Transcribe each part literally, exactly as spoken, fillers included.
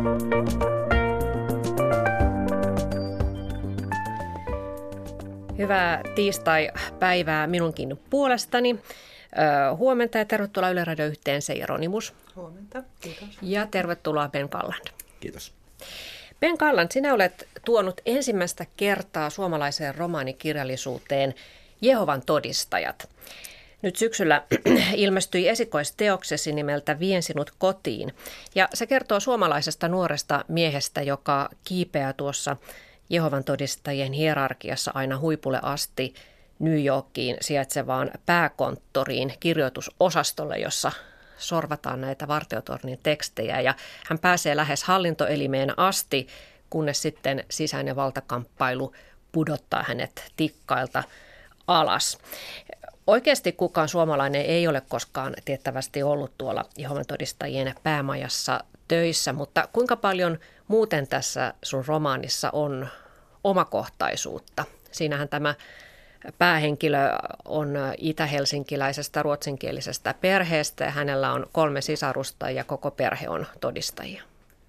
Hyvää tiistai-päivää minunkin puolestani. Öö, huomenta ja tervetuloa Yle Radio yhteen Seija Ronimus. Huomenta, kiitos. Ja tervetuloa Ben Galland. Kiitos. Ben Galland, sinä olet tuonut ensimmäistä kertaa suomalaiseen romaanikirjallisuuteen Jehovan todistajat. Nyt syksyllä ilmestyi esikoisteoksesi nimeltä Vien sinut kotiin. Ja se kertoo suomalaisesta nuoresta miehestä, joka kiipeää tuossa Jehovan todistajien hierarkiassa aina huipulle asti New Yorkiin sijaitsevaan pääkonttoriin kirjoitusosastolle, jossa sorvataan näitä Vartiotornin tekstejä. Ja hän pääsee lähes hallintoelimeen asti, kunnes sitten sisäinen valtakamppailu pudottaa hänet tikkailta alas. Oikeasti kukaan suomalainen ei ole koskaan tiettävästi ollut tuolla Jehovan todistajien päämajassa töissä, mutta kuinka paljon muuten tässä sun romaanissa on omakohtaisuutta? Siinähän tämä päähenkilö on itä-helsinkiläisestä ruotsinkielisestä perheestä ja hänellä on kolme sisarusta ja koko perhe on todistajia.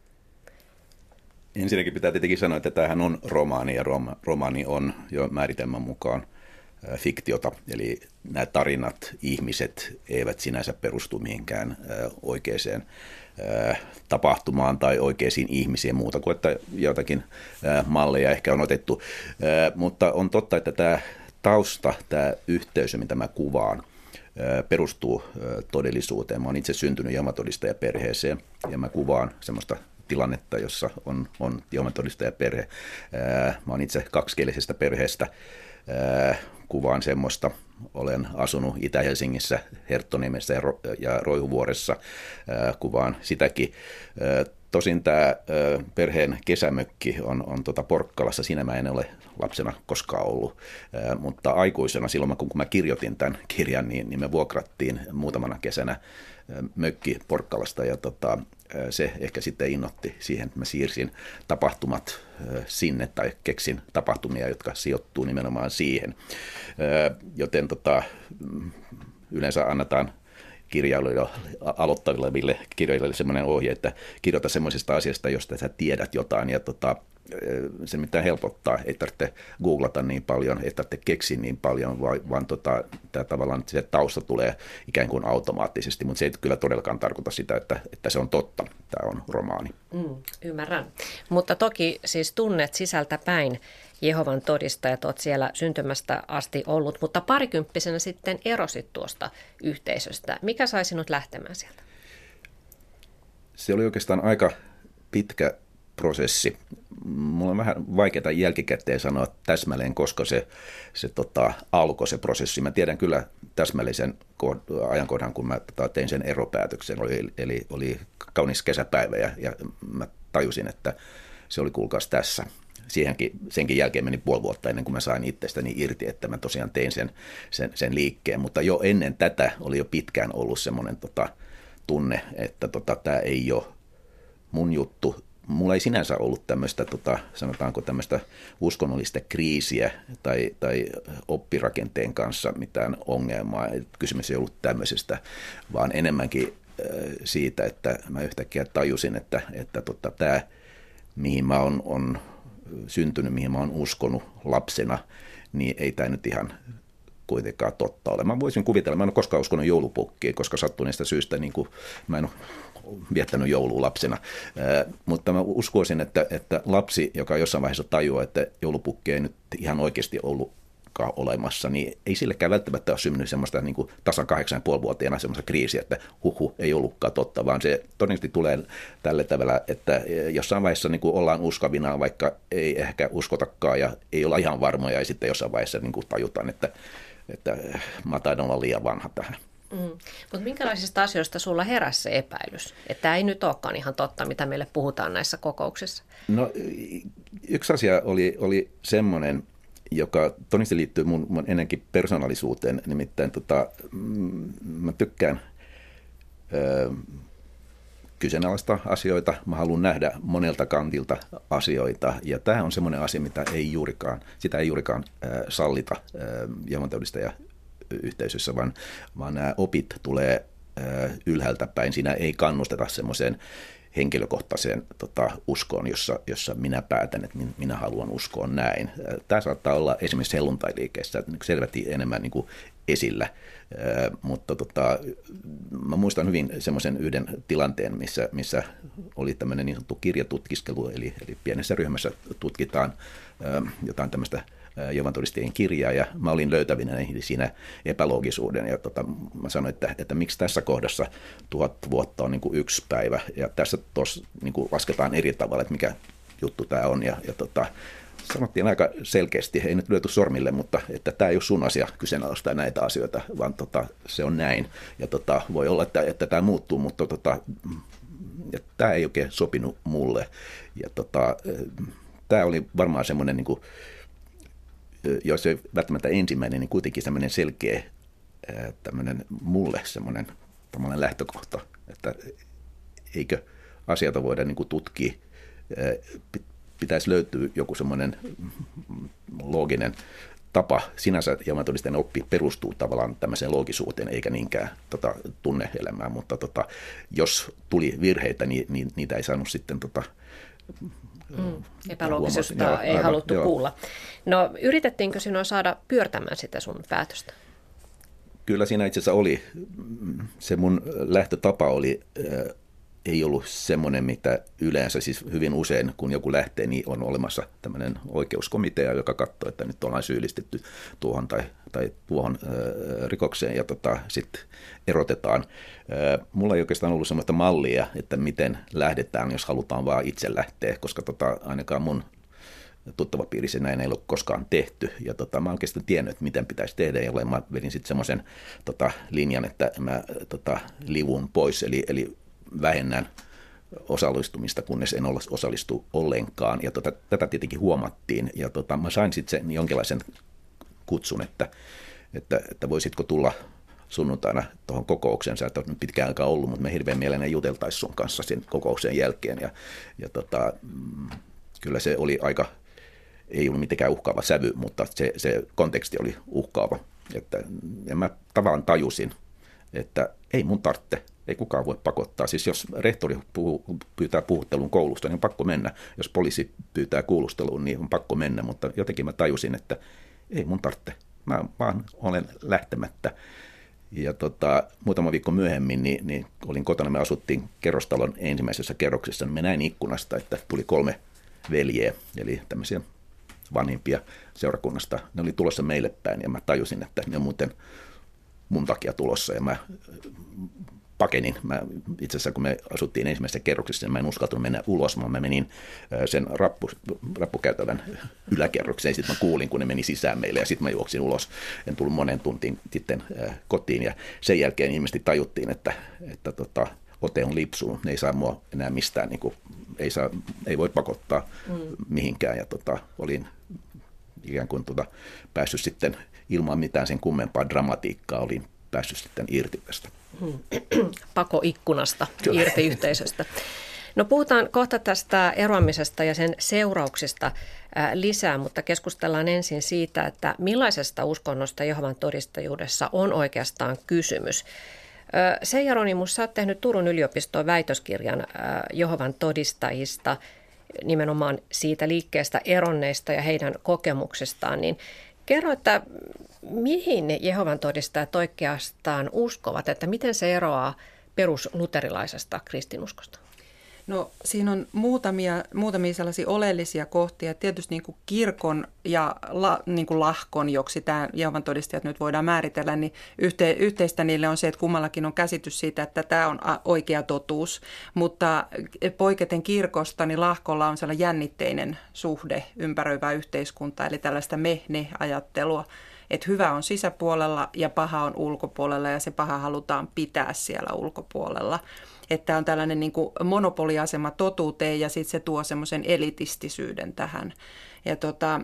Ensinnäkin pitää tietenkin sanoa, että tämähän on romaani ja rom- romaani on jo määritelmän mukaan fiktiota, eli nämä tarinat, ihmiset eivät sinänsä perustu mihinkään oikeaan tapahtumaan tai oikeisiin ihmisiin muuta kuin, että jotakin malleja ehkä on otettu. Mutta on totta, että tämä tausta, tämä yhteys, mitä mä kuvaan, perustuu todellisuuteen. Mä oon itse syntynyt Jehovan-todistajaperheeseen ja mä kuvaan semmoista tilannetta, jossa on, on Jehovan-todistajaperhe. Mä oon itse kaksikielisestä perheestä. Kuvaan semmoista. Olen asunut Itä-Helsingissä, Herttoniemessä ja Roihuvuoressa. Kuvaan sitäkin. Tosin tämä perheen kesämökki on, on tuota Porkkalassa. Siinä mä en ole lapsena koskaan ollut. Mutta aikuisena, silloin kun mä kirjoitin tämän kirjan, niin, niin me vuokrattiin muutamana kesänä mökki Porkkalasta ja tota, se ehkä sitten innotti siihen, että mä siirsin tapahtumat sinne tai keksin tapahtumia, jotka sijoittuu nimenomaan siihen. Joten tota, yleensä annetaan kirjailijoille, aloittaville kirjailijoille sellainen ohje, että kirjoita semmoisesta asiasta, josta sä tiedät jotain ja tota, se mitään helpottaa, ei tarvitse googlata niin paljon, ei tarvitse keksiä niin paljon, vaan, vaan tota, tämä tavallaan se tausta tulee ikään kuin automaattisesti, mutta se ei kyllä todellakaan tarkoita sitä, että, että se on totta, tämä on romaani. Mm, ymmärrän, mutta toki siis tunnet sisältä päin Jehovan todistajat, olet siellä syntymästä asti ollut, mutta parikymppisenä sitten erosit tuosta yhteisöstä. Mikä sai sinut lähtemään sieltä? Se oli oikeastaan aika pitkä prosessi. Mulla on vähän vaikeaa jälkikäteen sanoa täsmälleen, koska se, se tota, alkoi se prosessi. Mä tiedän kyllä täsmällisen ajankohdan, kun mä tota, tein sen eropäätöksen. Oli, eli oli kaunis kesäpäivä ja, ja mä tajusin, että se oli kuulkaas tässä. Siihenkin, senkin jälkeen meni puoli vuotta ennen kuin mä sain itsestäni irti, että mä tosiaan tein sen, sen, sen liikkeen. Mutta jo ennen tätä oli jo pitkään ollut semmoinen tota, tunne, että tota, tämä ei ole mun juttu. Mulla ei sinänsä ollut tämmöistä, tota, sanotaanko tämmöistä uskonnollista kriisiä tai, tai oppirakenteen kanssa mitään ongelmaa. Kysymys ei ollut tämmöisestä, vaan enemmänkin äh, siitä, että mä yhtäkkiä tajusin, että, että tota, tämä, mihin mä oon on syntynyt, mihin mä oon uskonut lapsena, niin ei tämä nyt ihan kuitenkaan totta ole. Mä voisin kuvitella, mä en ole koskaan uskonut joulupukkiin, koska sattuneesta syystä niin kuin, mä en ole viettänyt joulua lapsena. Ää, mutta mä uskoisin, että, että lapsi, joka jossain vaiheessa tajuaa, että joulupukki ei nyt ihan oikeasti ollutkaan olemassa, niin ei sillekään välttämättä ole syntynyt semmoista niin kuin tasan kahdeksan ja puoli vuotiaana semmoista kriisiä, että huhu, ei ollutkaan totta, vaan se todennäköisesti tulee tällä tavalla, että jossain vaiheessa niin kuin ollaan uskavina, vaikka ei ehkä uskotakaan ja ei olla ihan varmoja, ja sitten jossain vaiheessa niin kuin tajutaan, että, että mä taidan olla liian vanha tähän. Mm. Mutta minkälaisista asioista sulla heräsi se epäilys? Että tämä ei nyt olekaan ihan totta, mitä meille puhutaan näissä kokouksissa. No yksi asia oli, oli semmoinen, joka todennäköisesti liittyy mun, mun ennenkin persoonallisuuteen, nimittäin tota, mm, mä tykkään ö, kyseenalaista asioita, mä haluan nähdä monelta kantilta asioita, ja tämä on semmoinen asia, mitä ei juurikaan, sitä ei juurikaan ö, sallita Jehovan-todistaja yhteisössä, vaan, vaan nämä opit tulee ylhäältä päin. Siinä ei kannusteta semmoiseen henkilökohtaiseen tota, uskoon, jossa, jossa minä päätän, että minä haluan uskoa näin. Tämä saattaa olla esimerkiksi helluntailiikkeessä selvästi enemmän niin kuin esillä, mutta tota, mä muistan hyvin semmoisen yhden tilanteen, missä, missä oli tämmöinen niin sanottu kirjatutkiskelu, eli, eli pienessä ryhmässä tutkitaan jotain tämmöistä Jehovan todistajien kirjaa, ja mä olin löytävinä siinä epäloogisuuden, ja tota, mä sanoin, että, että miksi tässä kohdassa tuhat vuotta on niin kuin yksi päivä, ja tässä tos, niin kuin lasketaan eri tavalla, että mikä juttu tämä on, ja, ja tota, sanottiin aika selkeästi, ei nyt lyöty sormille, mutta että tämä ei ole sun asia kyseenalaistaa näitä asioita, vaan tota, se on näin, ja tota, voi olla, että, että tämä muuttuu, mutta tota, tämä ei oikein sopinut mulle, ja tota, tämä oli varmaan semmoinen niin kuin, jos ei välttämättä ensimmäinen, niin kuitenkin semmoinen selkeä tämmöinen mulle semmoinen lähtökohta, että eikö asioita voida niin kuin tutkia, pitäisi löytyä joku semmoinen looginen tapa. Sinänsä Jehovan todistajien oppi perustuu tavallaan tämmöiseen loogisuuteen, eikä niinkään tota, tunne-elämään, mutta tota, jos tuli virheitä, niin, niin niitä ei saanut sitten tota, Mm, epäloogisuutta ei aivan, haluttu joo. kuulla. No yritettiinkö sinua saada pyörtämään sitä sun päätöstä? Kyllä siinä itse asiassa oli. Se mun lähtötapa oli, äh, ei ollut semmoinen, mitä yleensä, siis hyvin usein kun joku lähtee, niin on olemassa tämmöinen oikeuskomitea, joka katsoo, että nyt ollaan syyllistetty tuohon tai, tai tuohon äh, rikokseen ja tota, sitten erotetaan. Äh, mulla ei oikeastaan ollut semmoista mallia, että miten lähdetään, jos halutaan vaan itse lähteä, koska tota, ainakaan mun tuttavapiirissä näin ei ole koskaan tehty. Ja tota, mä oikeastaan tiennyt, että miten pitäisi tehdä, jolloin mä vedin sitten semmoisen tota, linjan, että mä tota, livun pois, eli, eli vähennän osallistumista, kunnes en osallistu ollenkaan. Ja tota, tätä tietenkin huomattiin. Ja tota, mä sain sitten sen jonkinlaisen kutsun, että, että, että voisitko tulla sunnuntaina tuohon kokoukseen. Sä et ole nyt pitkään aikaa ollut, mutta me hirveän mielelläni juteltaisiin sun kanssa sen kokouksen jälkeen. Ja, ja tota, kyllä se oli aika, ei ollut mitenkään uhkaava sävy, mutta se, se konteksti oli uhkaava. Että, ja mä tavallaan tajusin, että ei mun tarvitse. Ei kukaan voi pakottaa. Siis jos rehtori puhuu, pyytää puhuttelun koulusta, niin on pakko mennä. Jos poliisi pyytää kuulusteluun, niin on pakko mennä. Mutta jotenkin mä tajusin, että ei mun tarvitse. Mä vaan olen lähtemättä. Ja tota, muutama viikko myöhemmin niin, niin olin kotona, me asuttiin kerrostalon ensimmäisessä kerroksessa. Niin me näin ikkunasta, että tuli kolme veljeä, eli tämmöisiä vanhimpia seurakunnasta. Ne oli tulossa meille päin ja mä tajusin, että ne on muuten mun takia tulossa ja mä pakenin. Mä, itse asiassa kun me asuttiin ensimmäisessä kerroksessa, mä en uskaltanut mennä ulos, vaan mä menin sen rappu, rappukäytävän yläkerrokseen. Sitten mä kuulin, kun ne meni sisään meille ja sitten mä juoksin ulos. En tullut monen tuntiin sitten kotiin ja sen jälkeen ilmeisesti tajuttiin, että, että tota, ote on lipsunut. Ne ei saa mua enää mistään, niin kuin, ei, saa, ei voi pakottaa mm. mihinkään ja tota, olin ikään kuin tota, päässyt sitten ilman mitään sen kummempaa dramatiikkaa, olin päässyt sitten irti tästä. Pakoikkunasta irti yhteisöstä. No puhutaan kohta tästä eroamisesta ja sen seurauksista lisää, mutta keskustellaan ensin siitä, että millaisesta uskonnosta Jehovan todistajuudessa on oikeastaan kysymys. Seija Ronimus, sä oot tehnyt Turun yliopistoon väitöskirjan Jehovan todistajista, nimenomaan siitä liikkeestä eronneista ja heidän kokemuksistaan, niin kerro, että mihin Jehovan todistajat oikeastaan uskovat, että miten se eroaa perusluterilaisesta kristinuskosta? No siinä on muutamia, muutamia sellaisia oleellisia kohtia. Tietysti niin kuin kirkon ja la, niin kuin lahkon, joksi tämä Jehovan todistajat nyt voidaan määritellä, niin yhte, yhteistä niille on se, että kummallakin on käsitys siitä, että tämä on oikea totuus. Mutta poiketen kirkosta, niin lahkolla on sellainen jännitteinen suhde ympäröivää yhteiskuntaa, eli tällaista me-ne-ajattelua. Että hyvä on sisäpuolella ja paha on ulkopuolella ja se paha halutaan pitää siellä ulkopuolella. Että on tällainen niin kuin monopoliasema totuuteen ja sitten se tuo semmoisen elitistisyyden tähän. Ja tota,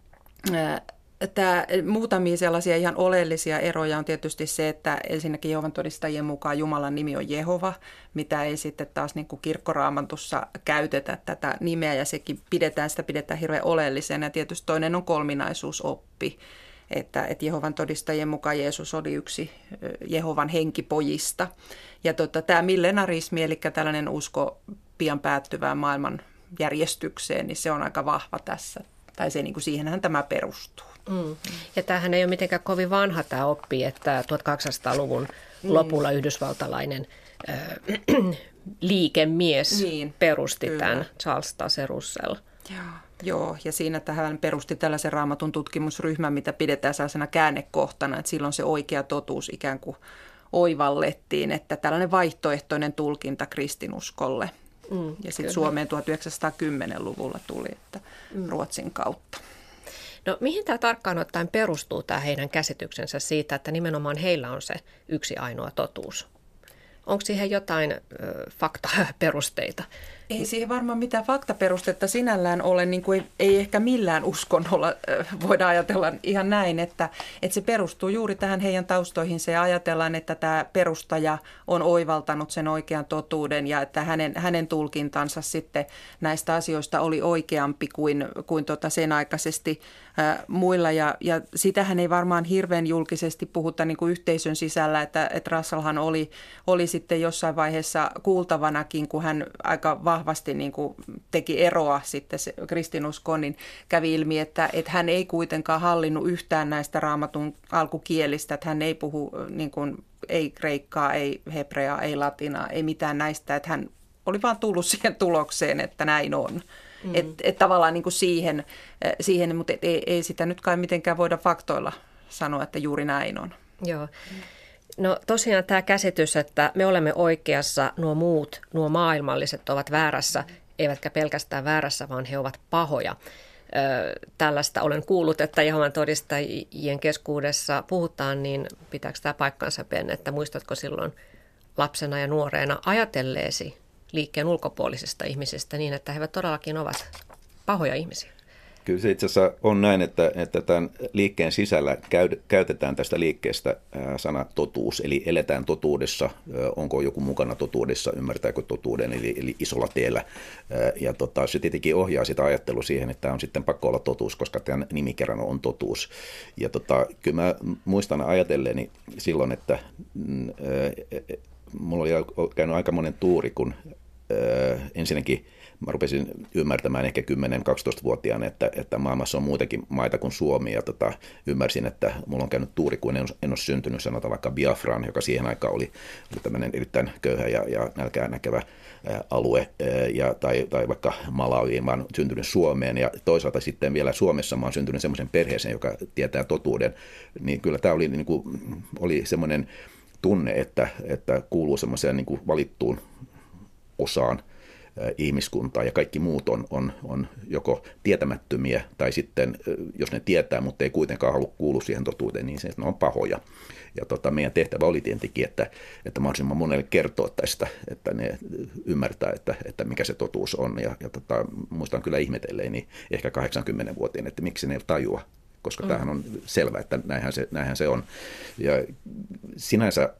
tämä, muutamia sellaisia ihan oleellisia eroja on tietysti se, että ensinnäkin Jehovan todistajien mukaan Jumalan nimi on Jehova, mitä ei sitten taas niin kuin kirkkoraamantussa käytetä tätä nimeä ja sekin pidetään, sitä pidetään hirveän oleellisena. Ja tietysti toinen on kolminaisuusoppi. Että, että Jehovan todistajien mukaan Jeesus oli yksi Jehovan henkipojista. Ja tota, tämä millenarismi, eli tällainen usko pian päättyvään maailmanjärjestykseen, niin se on aika vahva tässä. Tai se, niin kuin siihenhän tämä perustuu. Mm. Ja tämähän ei ole mitenkään kovin vanha tämä oppi, että tuhatkahdeksansataaluvun lopulla niin. yhdysvaltalainen äh, liikemies niin, perusti kyllä. tämän Charles Taze Russell. Joo. Joo, ja siinä hän perusti tällaisen Raamatun tutkimusryhmän, mitä pidetään sellaisena käännekohtana, että silloin se oikea totuus ikään kuin oivallettiin, että tällainen vaihtoehtoinen tulkinta kristinuskolle. Mm, ja sitten Suomeen tuhatyhdeksänsataakymmenluvulla tuli, että mm. Ruotsin kautta. No mihin tämä tarkkaan ottaen perustuu, tämä heidän käsityksensä siitä, että nimenomaan heillä on se yksi ainoa totuus? Onko siihen jotain ö, faktaperusteita? Ei siihen varmaan mitään faktaperustetta sinällään ole, niin kuin ei, ei ehkä millään uskonnolla äh, voida ajatella ihan näin, että, että se perustuu juuri tähän heidän taustoihin. Se ajatellaan, että tämä perustaja on oivaltanut sen oikean totuuden ja että hänen, hänen tulkintansa sitten näistä asioista oli oikeampi kuin, kuin tota sen aikaisesti äh, muilla. Ja, ja sitähän ei varmaan hirveän julkisesti puhuta niin kuin yhteisön sisällä, että, että Russellhan oli, oli sitten jossain vaiheessa kuultavanakin, kun hän aika vahvasti niin kuin teki eroa sitten se kristinuskoon, niin kävi ilmi, että, että hän ei kuitenkaan hallinnut yhtään näistä Raamatun alkukielistä, että hän ei puhu niin kuin, ei kreikkaa, ei hebreaa, ei latinaa, ei mitään näistä, että hän oli vaan tullut siihen tulokseen, että näin on. Mm. Että et tavallaan niin kuin siihen, siihen, mutta et ei, ei sitä nyt kai mitenkään voida faktoilla sanoa, että juuri näin on. Joo. No tosiaan tämä käsitys, että me olemme oikeassa, nuo muut, nuo maailmalliset ovat väärässä, eivätkä pelkästään väärässä, vaan he ovat pahoja. Tällaista olen kuullut, että Jehovan todistajien keskuudessa puhutaan, niin pitääkö tämä paikkansa, Ben, että muistatko silloin lapsena ja nuoreena ajatelleesi liikkeen ulkopuolisista ihmisistä niin, että he todellakin ovat pahoja ihmisiä? Kyllä se itse asiassa on näin, että, että tämän liikkeen sisällä käy, käytetään tästä liikkeestä ää, sana totuus, eli eletään totuudessa, ää, onko joku mukana totuudessa, ymmärtääkö totuuden, eli, eli isolla teellä. Ää, ja tota, se tietenkin ohjaa sitä ajattelua siihen, että tämä on sitten pakko olla totuus, koska tämän nimikerran on totuus. Ja tota, kyllä mä muistan ajatelleeni silloin, että ää, mulla oli käynyt aika monen tuuri, kun ää, ensinnäkin mä rupesin ymmärtämään ehkä kymmenen-kaksitoistavuotiaana, että, että maailmassa on muitakin maita kuin Suomi. Ja tota, ymmärsin, että mulla on käynyt tuuri, kun en, en ole syntynyt, sanotaan vaikka Biafraan, joka siihen aikaan oli, oli tämmöinen erittäin köyhä ja, ja nälkää näkevä ää, alue. Ää, ja, tai, tai vaikka Malawiin, mä oon syntynyt Suomeen. Ja toisaalta sitten vielä Suomessa mä oon syntynyt semmoisen perheeseen, joka tietää totuuden. Niin kyllä tämä oli, niin kuin, oli semmoinen tunne, että, että kuuluu semmoiseen niin kuin valittuun osaan ihmiskuntaa ja kaikki muut on, on, on joko tietämättömiä tai sitten, jos ne tietää, mutta ei kuitenkaan halua kuulua siihen totuuteen, niin se, ne on pahoja. Ja tota, meidän tehtävä oli tietenkin, että, että mahdollisimman monelle kertoa tästä, että ne ymmärtää, että, että mikä se totuus on. Ja, ja tota, muistan kyllä ihmetelleeni ehkä kahdeksankymmenvuotiaana, että miksi ne ei tajua, koska mm. tämähän on selvä, että näinhän se, näinhän se on. Ja sinänsä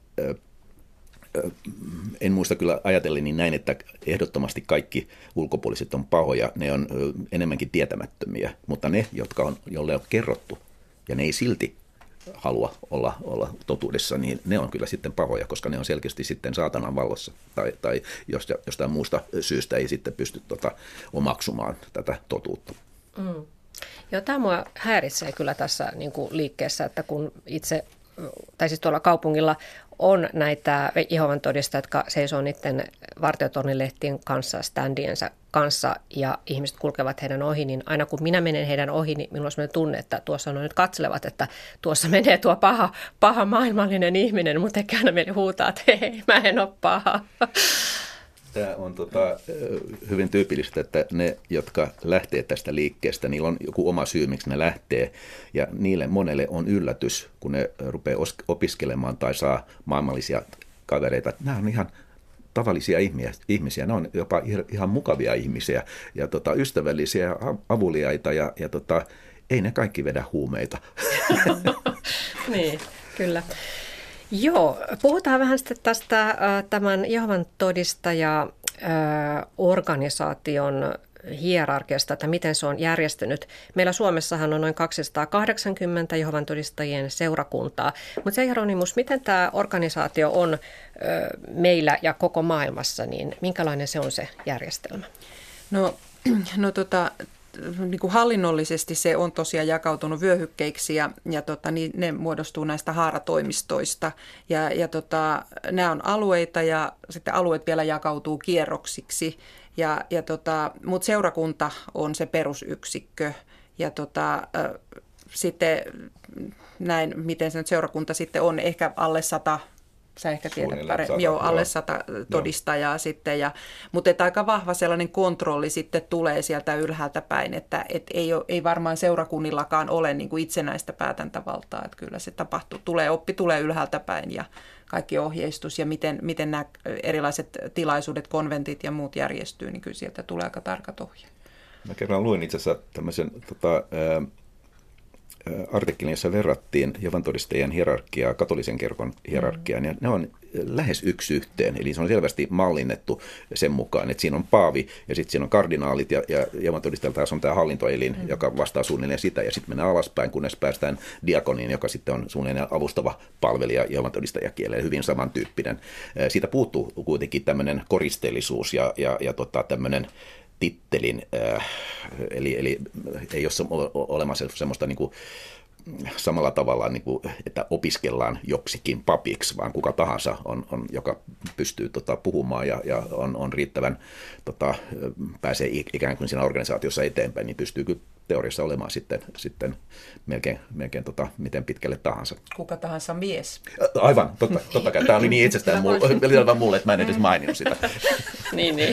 en muista kyllä ajatelleni näin, että ehdottomasti kaikki ulkopuoliset on pahoja, ne on enemmänkin tietämättömiä, mutta ne, jotka on, jolle on kerrottu ja ne ei silti halua olla, olla totuudessa, niin ne on kyllä sitten pahoja, koska ne on selkeästi sitten saatanan vallassa tai, tai jostain muusta syystä ei sitten pysty tota, omaksumaan tätä totuutta. Mm. Joo, tämä mua häiritsee kyllä tässä niin kuin liikkeessä, että kun itse, tai siis tuolla kaupungilla on näitä Jehovan todistajia, jotka seisoo niiden vartiotornilehtien kanssa, standiensa kanssa ja ihmiset kulkevat heidän ohi, niin aina kun minä menen heidän ohi, niin minulla on sellainen tunne, että tuossa on nyt katselevat, että tuossa menee tuo paha, paha maailmallinen ihminen, mutta eikä aina meille huutaa, että hei, mä en ole paha. Tämä on tota, hyvin tyypillistä, että ne, jotka lähtee tästä liikkeestä, niillä on joku oma syy, miksi ne lähtee. Ja niille monelle on yllätys, kun ne rupeaa opiskelemaan tai saa maailmallisia kavereita. Nämä on ihan tavallisia ihmisiä, ne on jopa ihan mukavia ihmisiä ja tota, ystävällisiä ja avuliaita ja, ja tota, ei ne kaikki vedä huumeita. Niin, kyllä. Joo, puhutaan vähän sitten tästä tämän Jehovan todistaja organisaation hierarkiasta, että miten se on järjestynyt. Meillä Suomessahan on noin kaksisataakahdeksankymmentä Jehovan todistajien seurakuntaa, mutta se Hieronymus, miten tämä organisaatio on ö, meillä ja koko maailmassa, niin minkälainen se on se järjestelmä? No, no tota, niin kuin hallinnollisesti se on tosiaan jakautunut vyöhykkeiksi ja, ja tota, niin ne muodostuu näistä haaratoimistoista ja, ja tota, nämä on alueita ja sitten alueet vielä jakautuu kierroksiksi. Ja, ja tota, mutta seurakunta on se perusyksikkö ja tota, äh, sitten näin, miten se nyt seurakunta sitten on, ehkä alle sata, sä ehkä tiedät paremmin, joo, alle sata todistajaa joo. sitten, ja, mutta että aika vahva sellainen kontrolli sitten tulee sieltä ylhäältä päin, että et ei, ole, ei varmaan seurakunnillakaan ole niin kuin itsenäistä päätäntävaltaa, että kyllä se tapahtuu, tulee, oppi tulee ylhäältä päin ja kaikki ohjeistus ja miten, miten nämä erilaiset tilaisuudet, konventit ja muut järjestyy, niin kyllä sieltä tulee aika tarkat ohjeet. Mä kerran luin itse asiassa tämmöisen tota, ää, artikkelin, jossa verrattiin Jehovan todistajien hierarkiaa katolisen kirkon hierarkiaan, ja ne on lähes yksi yhteen, eli se on selvästi mallinnettu sen mukaan, että siinä on paavi, ja sitten siinä on kardinaalit, ja, ja Jehovan todistajilla taas on tämä hallintoelin, mm. joka vastaa suunnilleen sitä, ja sitten mennään alaspäin, kunnes päästään diakoniin, joka sitten on suunnilleen avustava palvelija Jehovan todistajakielellä, hyvin samantyyppinen. Siitä puuttuu kuitenkin tämmöinen koristeellisuus ja, ja, ja tota, tämmöinen tittelin, äh, eli, eli ei ole olemassa semmoista niin kuin, samalla tavalla, niin kuin, että opiskellaan joksikin papiksi, vaan kuka tahansa, on, on, joka pystyy tota, puhumaan ja, ja on, on riittävän, tota, pääsee ikään kuin siinä organisaatiossa eteenpäin, niin pystyy kyllä teoriassa olemaan sitten, sitten melkein, melkein tota, miten pitkälle tahansa. Kuka tahansa mies. Aivan, totta, totta kai. Tämä oli niin itsestään mulle, mulle, että mä en edes maininnut sitä. niin, niin.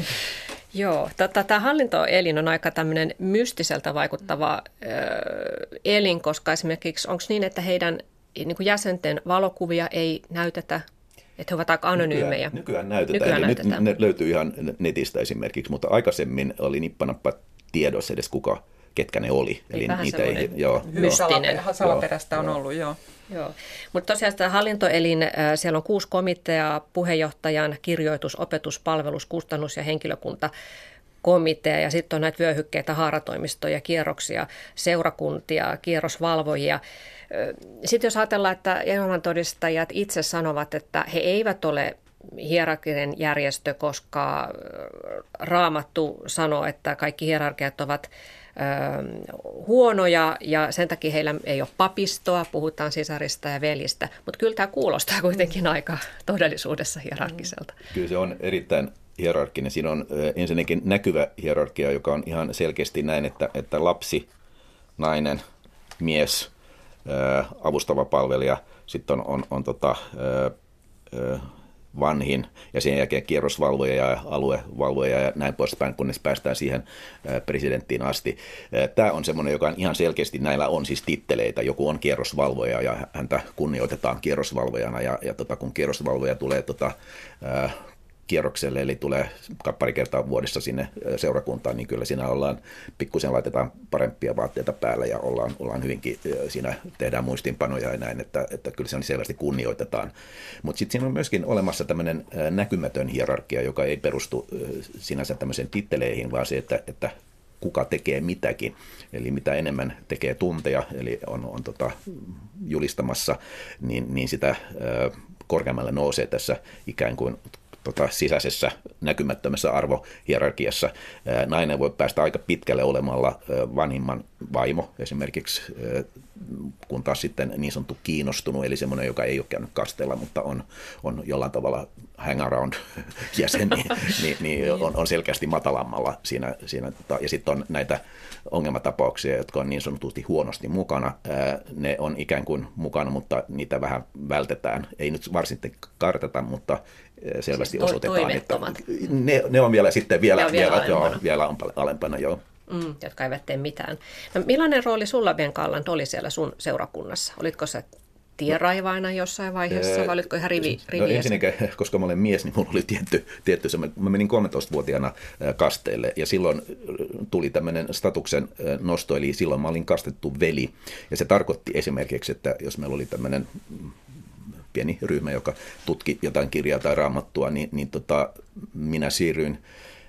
Joo, tämä hallintoelin on aika tämmöinen mystiseltä vaikuttava ö, elin, koska esimerkiksi onko niin, että heidän niin kuin jäsenten valokuvia ei näytetä, että he ovat aika anonyymejä? Nykyään, nykyään näytetään, nykyään eli näytetään. Nyt ne löytyy ihan netistä esimerkiksi, mutta aikaisemmin oli nippanappa tiedossa edes kuka, ketkä ne oli. Eli vähän niitä ei, joo, mystinen. Salaperäistä on ollut, joo. Joo, mutta tosiaan tämä hallintoelin, siellä on kuusi komiteaa, puheenjohtajan kirjoitus, opetus, palvelus, kustannus ja henkilökunta komitea ja sitten on näitä vyöhykkeitä, haaratoimistoja, kierroksia, seurakuntia, kierrosvalvojia. Sitten jos ajatellaan, että Jehovan todistajat itse sanovat, että he eivät ole hierarkinen järjestö, koska Raamattu sanoo, että kaikki hierarkiat ovat huonoja ja sen takia heillä ei ole papistoa, puhutaan sisarista ja veljistä, mutta kyllä tämä kuulostaa kuitenkin aika todellisuudessa hierarkiselta. Kyllä se on erittäin hierarkkinen. Siinä on ensinnäkin näkyvä hierarkia, joka on ihan selkeästi näin, että, että lapsi, nainen, mies, avustava palvelija, sitten on, on, on tota, vanhin ja sen jälkeen kierrosvalvoja ja aluevalvoja ja näin poispäin, kunnes päästään siihen presidenttiin asti. Tämä on semmoinen, joka on ihan selkeästi, näillä on siis titteleitä. Joku on kierrosvalvoja ja häntä kunnioitetaan kierrosvalvojana ja, ja tota, kun kierrosvalvoja tulee tota, kierrokselle, eli tulee pari kertaa vuodessa sinne seurakuntaan, niin kyllä siinä ollaan, pikkusen laitetaan parempia vaatteita päälle ja ollaan, ollaan hyvinkin, siinä tehdään muistinpanoja ja näin, että, että kyllä se selvästi kunnioitetaan. Mutta sitten siinä on myöskin olemassa tämmöinen näkymätön hierarkia, joka ei perustu sinänsä tämmöiseen titteleihin, vaan se, että, että kuka tekee mitäkin. Eli mitä enemmän tekee tunteja, eli on, on tota, julistamassa, niin, niin sitä korkeammalle nousee tässä ikään kuin Tota, sisäisessä näkymättömässä arvohierarkiassa. Nainen voi päästä aika pitkälle olemalla vanhimman vaimo esimerkiksi, kun taas sitten niin sanottu kiinnostunut, eli semmoinen, joka ei ole käynyt kasteella, mutta on, on jollain tavalla hang around jäsen, niin, niin, niin on, on selkeästi matalammalla siinä. siinä ja sitten on näitä ongelmatapauksia, jotka on niin sanotusti huonosti mukana. Ne on ikään kuin mukana, mutta niitä vähän vältetään. Ei nyt varsin kartata, mutta selvästi siis osoitetaan, että ne, ne on vielä sitten vielä, vielä, vielä, joo, vielä on alempana. Joo. Mm, jotka eivät tee mitään. No, millainen rooli sulla, Ben Gallant, oli siellä sun seurakunnassa? Olitko sä tienraivaina jossain vaiheessa vai olitko ihan rivi, rivi? No ensinnäkin, koska mä olen mies, niin mulla oli tietty, tietty se, mä menin kolmetoistavuotiaana kasteelle ja silloin tuli tämmöinen statuksen nosto, eli silloin mä olin kastettu veli. Ja se tarkoitti esimerkiksi, että jos meillä oli tämmöinen pieni ryhmä, joka tutki jotain kirjaa tai raamattua, niin, niin tota, minä siirryin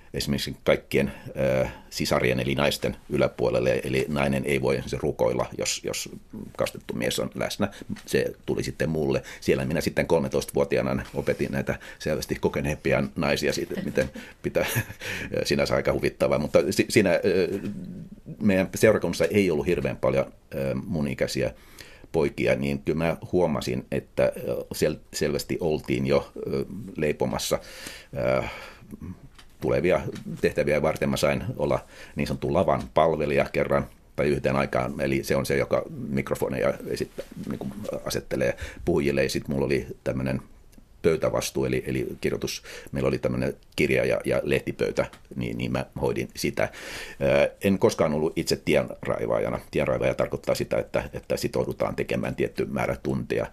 esimerkiksi kaikkien äh, sisarien eli naisten yläpuolelle, eli nainen ei voi se rukoilla, jos, jos kastettu mies on läsnä. Se tuli sitten mulle. Siellä minä sitten kolmetoistavuotiaana opetin näitä selvästi kokeneempia naisia siitä, että miten pitää, sinänsä aika huvittavaa, mutta siinä äh, meidän seurakunnassa ei ollut hirveän paljon äh, mun ikäisiä poikia, niin kyllä mä huomasin, että sel- selvästi oltiin jo äh, leipomassa äh, tulevia tehtäviä varten. Mä sain olla niin sanottu lavan palvelija kerran tai yhden aikaan, eli se on se, joka mikrofoneja esittää, niin kuin asettelee puhujille, ja sitten mulla oli tämmöinen pöytävastuu, eli, eli kirjoitus, meillä oli tämmöinen kirja- ja, ja lehtipöytä, niin, niin mä hoidin sitä. En koskaan ollut itse tienraivaajana. Tienraivaaja tarkoittaa sitä, että, että sitoudutaan tekemään tietty määrä tunteja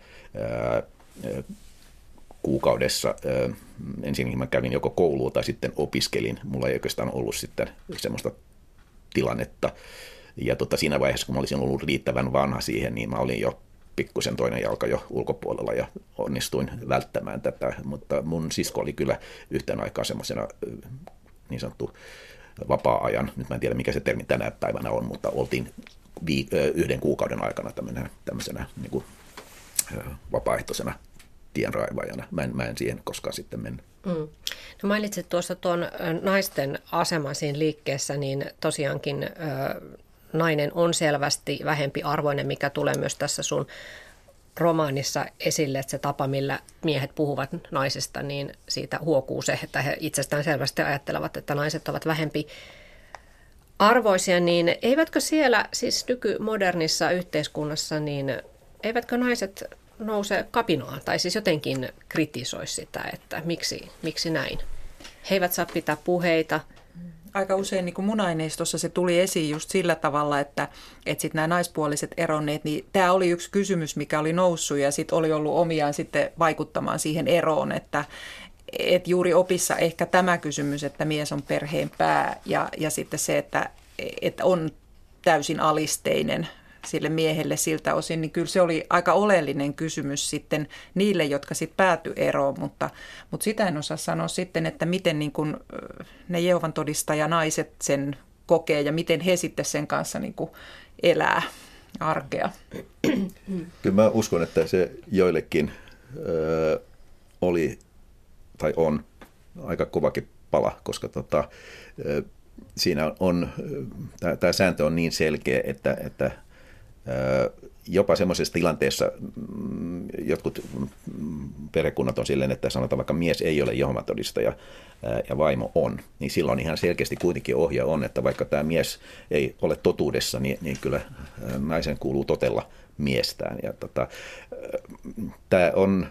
kuukaudessa. Ensin mä kävin joko koulua tai sitten opiskelin. Mulla ei oikeastaan ollut sitten semmoista tilannetta. Ja tota, siinä vaiheessa, kun mä olisin ollut riittävän vanha siihen, niin mä olin jo pikkusen toinen jalka jo ulkopuolella ja onnistuin välttämään tätä. Mutta mun sisko oli kyllä yhteen aikaan semmoisena niin sanottu vapaa-ajan, nyt mä en tiedä mikä se termi tänä päivänä on, mutta oltiin vii- yhden kuukauden aikana tämmöisenä, tämmöisenä niin kuin vapaaehtoisena tienraivaajana. Mä en, mä en siihen koskaan sitten mennyt. Mm. No mainitsit tuossa tuon naisten aseman siinä liikkeessä, niin tosiaankin ö, nainen on selvästi vähempi arvoinen, mikä tulee myös tässä sun romaanissa esille, että se tapa, millä miehet puhuvat naisista, niin siitä huokuu se, että he itsestään selvästi ajattelevat, että naiset ovat vähempi arvoisia, niin eivätkö siellä siis nykymodernissa yhteiskunnassa, niin eivätkö naiset nouse kapinoaan tai siis jotenkin kritisoi sitä, että miksi, miksi näin? He eivät saa pitää puheita. Aika usein niin kuin mun aineistossa se tuli esiin just sillä tavalla, että, että sitten nämä naispuoliset eronneet, niin tämä oli yksi kysymys, mikä oli noussut ja sitten oli ollut omiaan sitten vaikuttamaan siihen eroon, että, että juuri opissa ehkä tämä kysymys, että mies on perheen pää ja, ja sitten se, että, että on täysin alisteinen sille miehelle siltä osin, niin kyllä se oli aika oleellinen kysymys sitten niille, jotka sitten päätyi eroon, mutta, mutta sitä en osaa sanoa sitten, että miten niin kuin ne Jehovan todistajanaiset sen kokee ja miten he sitten sen kanssa niin kuin elää arkea. Kyllä mä uskon, että se joillekin ö, oli tai on aika kovakin pala, koska tota, ö, siinä on, tämä sääntö on niin selkeä, että, että jopa semmoisessa tilanteessa jotkut perhekunnat on silleen, että sanotaan vaikka mies ei ole Jehovan todistaja ja vaimo on, niin silloin ihan selkeästi kuitenkin ohje on, että vaikka tämä mies ei ole totuudessa, niin, niin kyllä naisen kuuluu totella miestään. Ja tota, tämä on,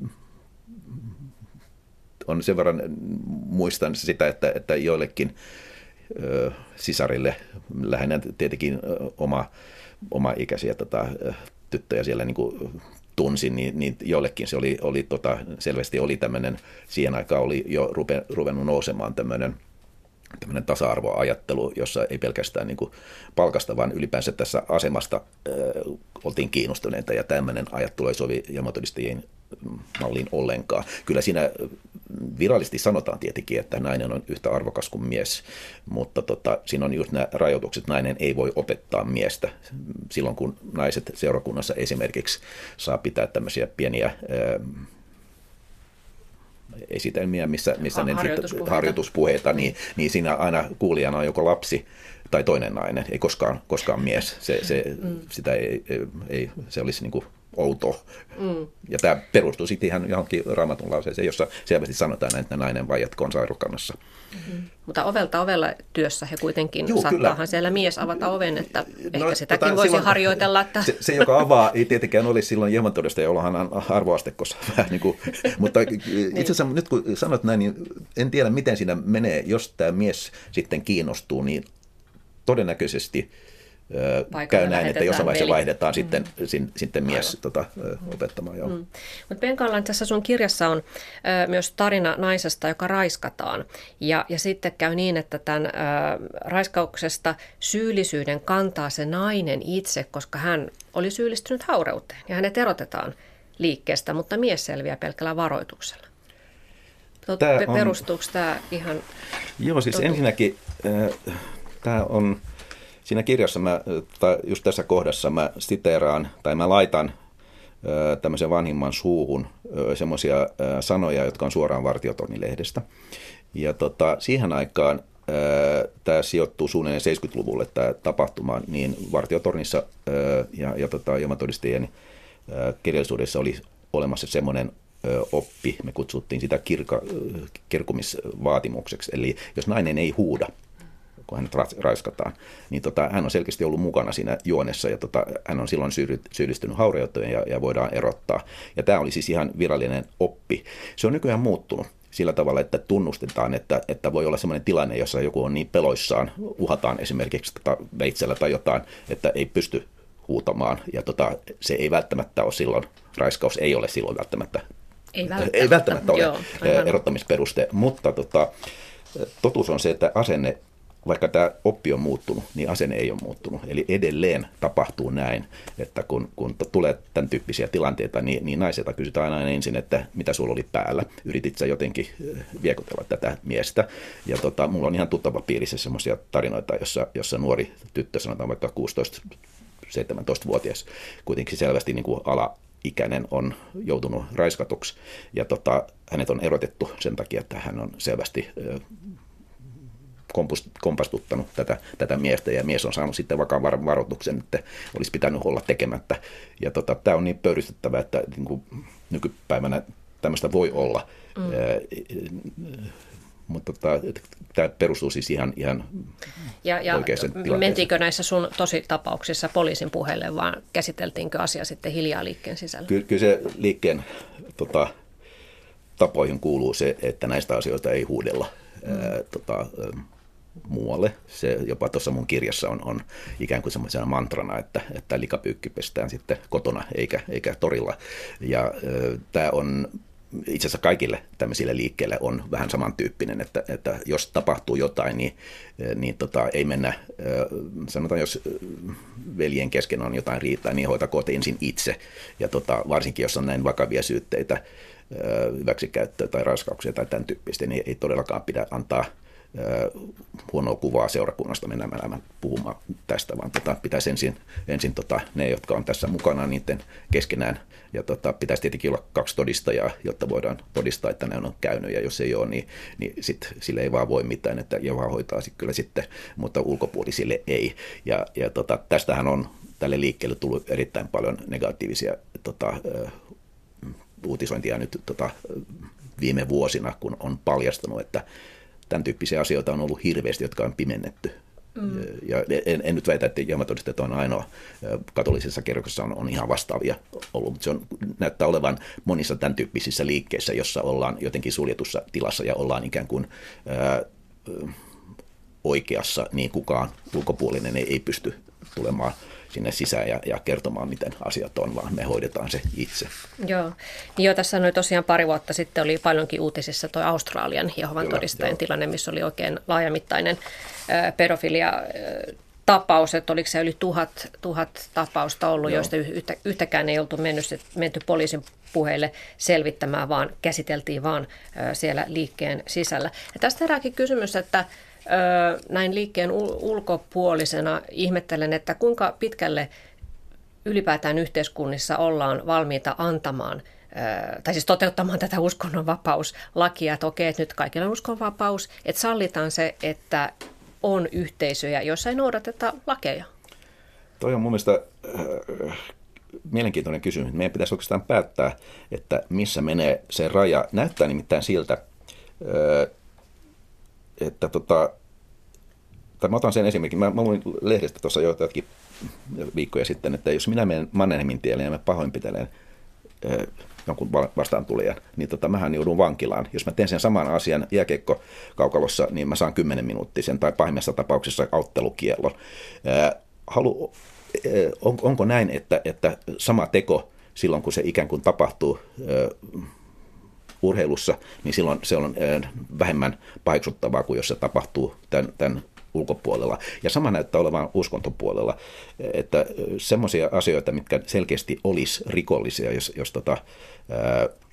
on sen verran, muistan sitä, että, että joillekin sisarille, lähinnä tietenkin oma oma ikäisiä tota, tyttöjä siellä niin kuin tunsin, niin, niin joillekin se oli, oli tota, selvästi oli tämmöinen, siihen aikaan oli jo rupe, ruvennut nousemaan tämmöinen, tämmöinen tasa-arvoajattelu, jossa ei pelkästään niin kuin palkasta, vaan ylipäänsä tässä asemasta äh, oltiin kiinnostuneita, ja tämmöinen ajattelu ei sovi jehovatodistajien malliin ollenkaan. Kyllä siinä virallisesti sanotaan tietenkin, että nainen on yhtä arvokas kuin mies, mutta tota, siinä on just nämä rajoitukset. Nainen ei voi opettaa miestä silloin, kun naiset seurakunnassa esimerkiksi saa pitää tämmöisiä pieniä ää, esitelmiä, missä, missä ne harjoituspuheita, harjoituspuheita niin, niin siinä aina kuulijana on joko lapsi tai toinen nainen, ei koskaan, koskaan mies. Se, se, mm. sitä ei, ei, se olisi niin kuin outoa. Mm. Ja tämä perustuu sitten ihan johonkin Raamatun lauseeseen, jossa selvästi sanotaan, että nainen vaiatkoon sairukannassa. Mm-hmm. Mutta ovelta ovella työssä he kuitenkin, Juu, saattaahan kyllä siellä mies avata oven, että no, ehkä sitäkin tota, voisi silloin harjoitella. Että... Se, se, joka avaa, ei tietenkään olisi silloin Jehovan todistaja, jollahan on arvoastekossa vähän niin kuin, mutta itse asiassa nyt kun sanot näin, niin en tiedä miten siinä menee, jos tämä mies sitten kiinnostuu, niin todennäköisesti Paikalle käy näin, että jossain vaiheessa veli. vaihdetaan sitten, mm. sin, sitten mies tota, opettamaan. Joo. Mm. Mutta Penkallan, tässä sun kirjassa on ö, myös tarina naisesta, joka raiskataan. Ja, ja sitten käy niin, että tämän ö, raiskauksesta syyllisyyden kantaa se nainen itse, koska hän oli syyllistynyt haureuteen. Ja hänet erotetaan liikkeestä, mutta mies selviää pelkällä varoituksella. on... Perustuuko tämä ihan... Joo, siis totu... ensinnäkin äh, tämä on, siinä kirjassa mä, tai just tässä kohdassa mä siteeraan, tai mä laitan äh, tämmöisen vanhimman suuhun äh, semmoisia äh, sanoja, jotka on suoraan Vartiotorni-lehdestä. Ja tota, siihen aikaan äh, tämä sijoittuu suunnilleen seitsemänkymmentäluvulle tämä tapahtuma, niin Vartiotornissa äh, ja, ja tota, ilmatodistajien äh, kirjallisuudessa oli olemassa semmoinen oppi, me kutsuttiin sitä kirka, kirkumisvaatimukseksi, eli jos nainen ei huuda, kun hänet raiskataan, niin tota, hän on selkeästi ollut mukana siinä juonessa, ja tota, hän on silloin syyllistynyt haureuteen ja, ja voidaan erottaa. Ja tämä oli siis ihan virallinen oppi. Se on nykyään muuttunut sillä tavalla, että tunnustetaan, että, että voi olla sellainen tilanne, jossa joku on niin peloissaan, uhataan esimerkiksi tota veitsellä tai jotain, että ei pysty huutamaan, ja tota, se ei välttämättä ole silloin, raiskaus ei ole silloin välttämättä Ei välttämättä, ei välttämättä ole Joo, erottamisperuste, mutta tota, totuus on se, että asenne, vaikka tämä oppi on muuttunut, niin asenne ei ole muuttunut. Eli edelleen tapahtuu näin, että kun, kun tulee tämän tyyppisiä tilanteita, niin, niin naiselta kysytään aina ensin, että mitä sulla oli päällä. Yritit sä jotenkin viekotella tätä miestä. Ja tota, mulla on ihan tuttava piirissä semmoisia tarinoita, jossa, jossa nuori tyttö, sanotaan vaikka kuusitoista seitsemäntoista-vuotias, kuitenkin selvästi niin kuin ala ikäinen on joutunut raiskatuksi ja tota, hänet on erotettu sen takia, että hän on selvästi ö, kompust, kompastuttanut tätä, tätä miestä ja mies on saanut sitten vakaan varoituksen, että olisi pitänyt olla tekemättä. Ja tota, tämä on niin pöyristyttävää, että niin kuin nykypäivänä tämmöistä voi olla. Mm. Ö, mutta tota, tämä perustuu siis ihan, ihan ja, ja oikeaan tilanteeseen. Mentiinkö näissä sun tositapauksissa poliisin puheelle, vaan käsiteltiinkö asia sitten hiljaa liikkeen sisällä? Ky- kyllä se liikkeen tota, tapoihin kuuluu se, että näistä asioista ei huudella mm. ää, tota, muualle. Se jopa tuossa mun kirjassa on, on ikään kuin semmoisena mantrana, että, että likapyykki pestään sitten kotona eikä, eikä torilla. Ja tämä on... Itse asiassa kaikille tämmöisille liikkeille on vähän samantyyppinen, että, että jos tapahtuu jotain, niin, niin tota, ei mennä, sanotaan jos veljen kesken on jotain riittää, niin hoitakoot ensin itse. Ja tota, varsinkin jos on näin vakavia syytteitä, hyväksikäyttöä tai raiskauksia tai tämän tyyppistä, niin ei todellakaan pidä antaa huonoa kuvaa seurakunnasta mennään puhumaan tästä, vaan tota, pitäisi ensin, ensin tota, ne, jotka on tässä mukana, niiden keskenään. Ja tota, pitäisi tietenkin olla kaksi todistajaa, jotta voidaan todistaa, että ne on käynyt. Ja jos ei ole, niin, niin sit sille ei vaan voi mitään, että Jehova hoitaa sit kyllä sitten, mutta ulkopuolisille ei. Ja, ja tota, tästähän on tälle liikkeelle tullut erittäin paljon negatiivisia tota, uutisointia nyt tota, viime vuosina, kun on paljastunut, että tämän tyyppisiä asioita on ollut hirveästi, jotka on pimennetty. Mm. Ja en, en nyt väitä, että jehova-todistajat on ainoa. Katolisessa kirkossa on, on ihan vastaavia ollut, mutta se on, näyttää olevan monissa tämän tyyppisissä liikkeissä, jossa ollaan jotenkin suljetussa tilassa ja ollaan ikään kuin ää, oikeassa, niin kukaan ulkopuolinen ei, ei pysty tulemaan sinne sisään ja, ja kertomaan, miten asiat on, vaan me hoidetaan se itse. Joo, niin jo tässä noin tosiaan pari vuotta sitten oli paljonkin uutisissa tuo Australian Jehovan todistajien tilanne, missä oli oikein laajamittainen ö, pedofilia ö, tapaus, että oliko se yli tuhat, tuhat tapausta ollut, Joo. joista yhtä, yhtäkään ei oltu mennyt, menty poliisin puheille selvittämään, vaan käsiteltiin vaan ö, siellä liikkeen sisällä. Ja tästä herääkin kysymys, että näin liikkeen ulkopuolisena ihmettelen, että kuinka pitkälle ylipäätään yhteiskunnissa ollaan valmiita antamaan, tai siis toteuttamaan tätä uskonnonvapauslakia, että okei, että nyt kaikilla on uskonnonvapaus, että sallitaan se, että on yhteisöjä, joissa ei noudateta lakeja. Toi on mun mielestä äh, mielenkiintoinen kysymys. Meidän pitäisi oikeastaan päättää, että missä menee se raja. Näyttää nimittäin siltä, äh, että tota, tai mä otan sen esimerkin, mä, mä luin lehdestä tuossa joitakin viikkoja sitten, että jos minä menen Mannerheimin tielle ja mä pahoinpitelen äh, jonkun vastaantulijan, niin tota, mähän joudun vankilaan. Jos mä teen sen saman asian jääkiekkokaukalossa, niin mä saan kymmenen minuuttisen tai pahimmassa tapauksessa auttelukiellon. Äh, halu, äh, on, onko näin, että, että sama teko silloin, kun se ikään kuin tapahtuu äh, urheilussa, niin silloin se on vähemmän paheksuttavaa kuin jos se tapahtuu tämän, tämän ulkopuolella. Ja sama näyttää olevan uskontopuolella, että semmoisia asioita, mitkä selkeästi olisi rikollisia, jos, jos tota, ää,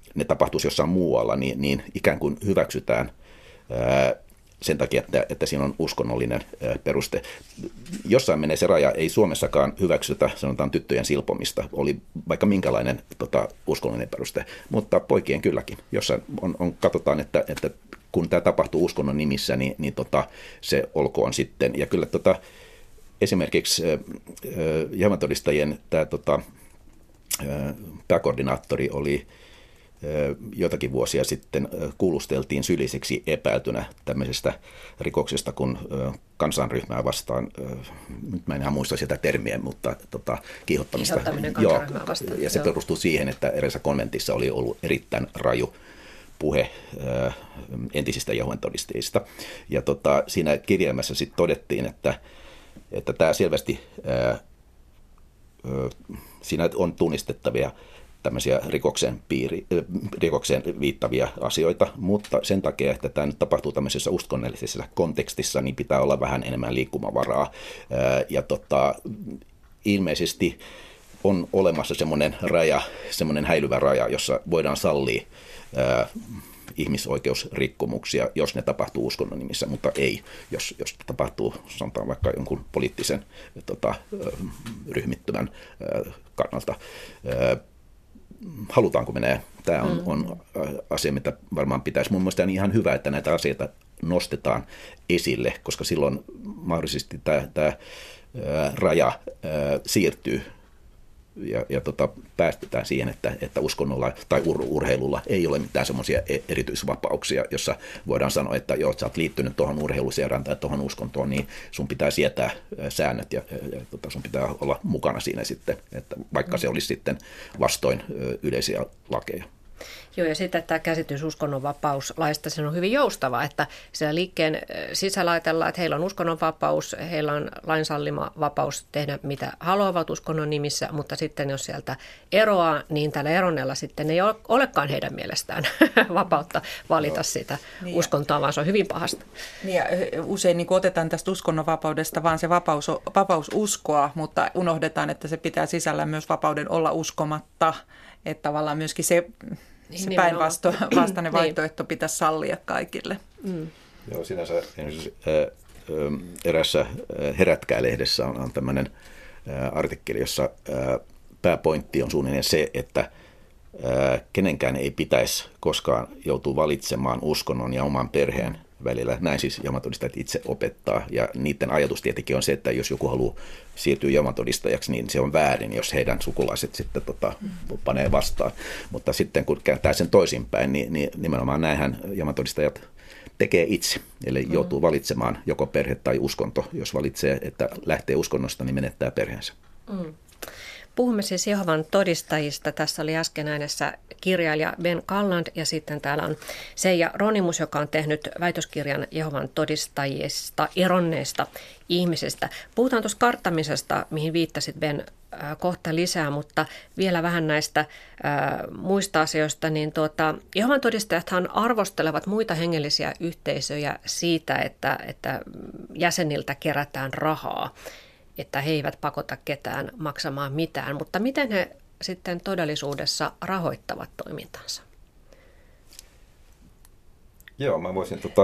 ne tapahtuisi jossain muualla, niin, niin ikään kuin hyväksytään ää, sen takia, että, että siinä on uskonnollinen ää, peruste. Jossain menee se raja, ei Suomessakaan hyväksytä, sanotaan tyttöjen silpomista, oli vaikka minkälainen tota, uskonnollinen peruste, mutta poikien kylläkin. Jossain on, on, katsotaan, että, että kun tämä tapahtuu uskonnon nimissä, niin, niin tota, se olkoon sitten. Ja kyllä tota, esimerkiksi Jehovan todistajien tämä tota, pääkoordinaattori oli jotakin vuosia sitten kuulusteltiin syylliseksi epäiltynä tämmöisestä rikoksesta, kun kansanryhmää vastaan, nyt mä en ihan muista sitä termiä, mutta tota, kiihottamista. Kiihottaminen kansanryhmää vastaan. Ja se perustuu siihen, että erässä konventissa oli ollut erittäin raju puhe ää, entisistä Jehovan todistajista. Ja tota, siinä kirjelmässä sitten todettiin, että, että tämä selvästi, ää, ää, siinä on tunnistettavia tämmöisiä rikoksen, piiri, rikokseen viittavia asioita, mutta sen takia, että tämä nyt tapahtuu tämmöisessä uskonnollisessa kontekstissa, niin pitää olla vähän enemmän liikkumavaraa. Ja tota, ilmeisesti on olemassa semmoinen raja, semmoinen häilyvä raja, jossa voidaan sallia ää, ihmisoikeusrikkomuksia, jos ne tapahtuu uskonnon nimissä, mutta ei, jos, jos tapahtuu, sanotaan vaikka jonkun poliittisen tota, ryhmittymän ää, kannalta. Ää, halutaanko menee? Tämä on, on asia, mitä varmaan pitäisi. Mun mielestä on ihan hyvä, että näitä asioita nostetaan esille, koska silloin mahdollisesti tämä, tämä raja ää, siirtyy ja, ja tota, päästetään siihen, että, että uskonnolla tai ur, urheilulla ei ole mitään semmoisia erityisvapauksia, jossa voidaan sanoa, että joo, sä oot liittynyt tuohon urheiluseuraan tai tuohon uskontoon, niin sun pitää sietää säännöt ja, ja, ja tota, sun pitää olla mukana siinä sitten, että vaikka se olisi sitten vastoin yleisiä lakeja. Joo, ja sitten tämä käsitys uskonnonvapauslaista, se on hyvin joustava, että siellä liikkeen sisällä ajatellaan, että heillä on uskonnonvapaus, heillä on lainsallima vapaus tehdä mitä haluavat uskonnon nimissä, mutta sitten jos sieltä eroaa, niin tällä eronneella sitten ei olekaan heidän mielestään vapautta valita sitä niin uskontoa, vaan se on hyvin pahasta. Niin ja usein niin otetaan tästä uskonnonvapaudesta vaan se vapaus, vapaus uskoa, mutta unohdetaan, että se pitää sisällä myös vapauden olla uskomatta, että tavallaan myöskin se Se päinvastainen vaihtoehto pitäisi sallia kaikille. Mm. Joo, sinänsä erässä Herätkää-lehdessä on, on tämmöinen artikkeli, jossa pääpointti on suunnilleen se, että kenenkään ei pitäisi koskaan joutua valitsemaan uskonnon ja oman perheen välillä. Näin siis Jehovan todistajat itse opettaa. Ja niiden ajatus tietenkin on se, että jos joku haluaa siirtyä Jehovan todistajaksi, niin se on väärin, jos heidän sukulaiset sitten tota, panee vastaan. Mutta sitten kun kääntää sen toisinpäin, niin, niin nimenomaan näinhän Jehovan todistajat tekee itse. Eli mm. joutuu valitsemaan joko perhe tai uskonto. Jos valitsee, että lähtee uskonnosta, niin menettää perheensä. Mm. Puhumme siis Jehovan todistajista. Tässä oli äsken äänessä kirjailija Ben Calland ja sitten täällä on Seija Ronimus, joka on tehnyt väitöskirjan Jehovan todistajista eronneista ihmisistä. Puhutaan tuossa karttamisesta, mihin viittasit Ben kohta lisää, mutta vielä vähän näistä ää, muista asioista. Niin tuota, Jehovan todistajathan arvostelevat muita hengellisiä yhteisöjä siitä, että, että jäseniltä kerätään rahaa, että he eivät pakota ketään maksamaan mitään, mutta miten he sitten todellisuudessa rahoittavat toimintansa? Joo, mä voisin tota...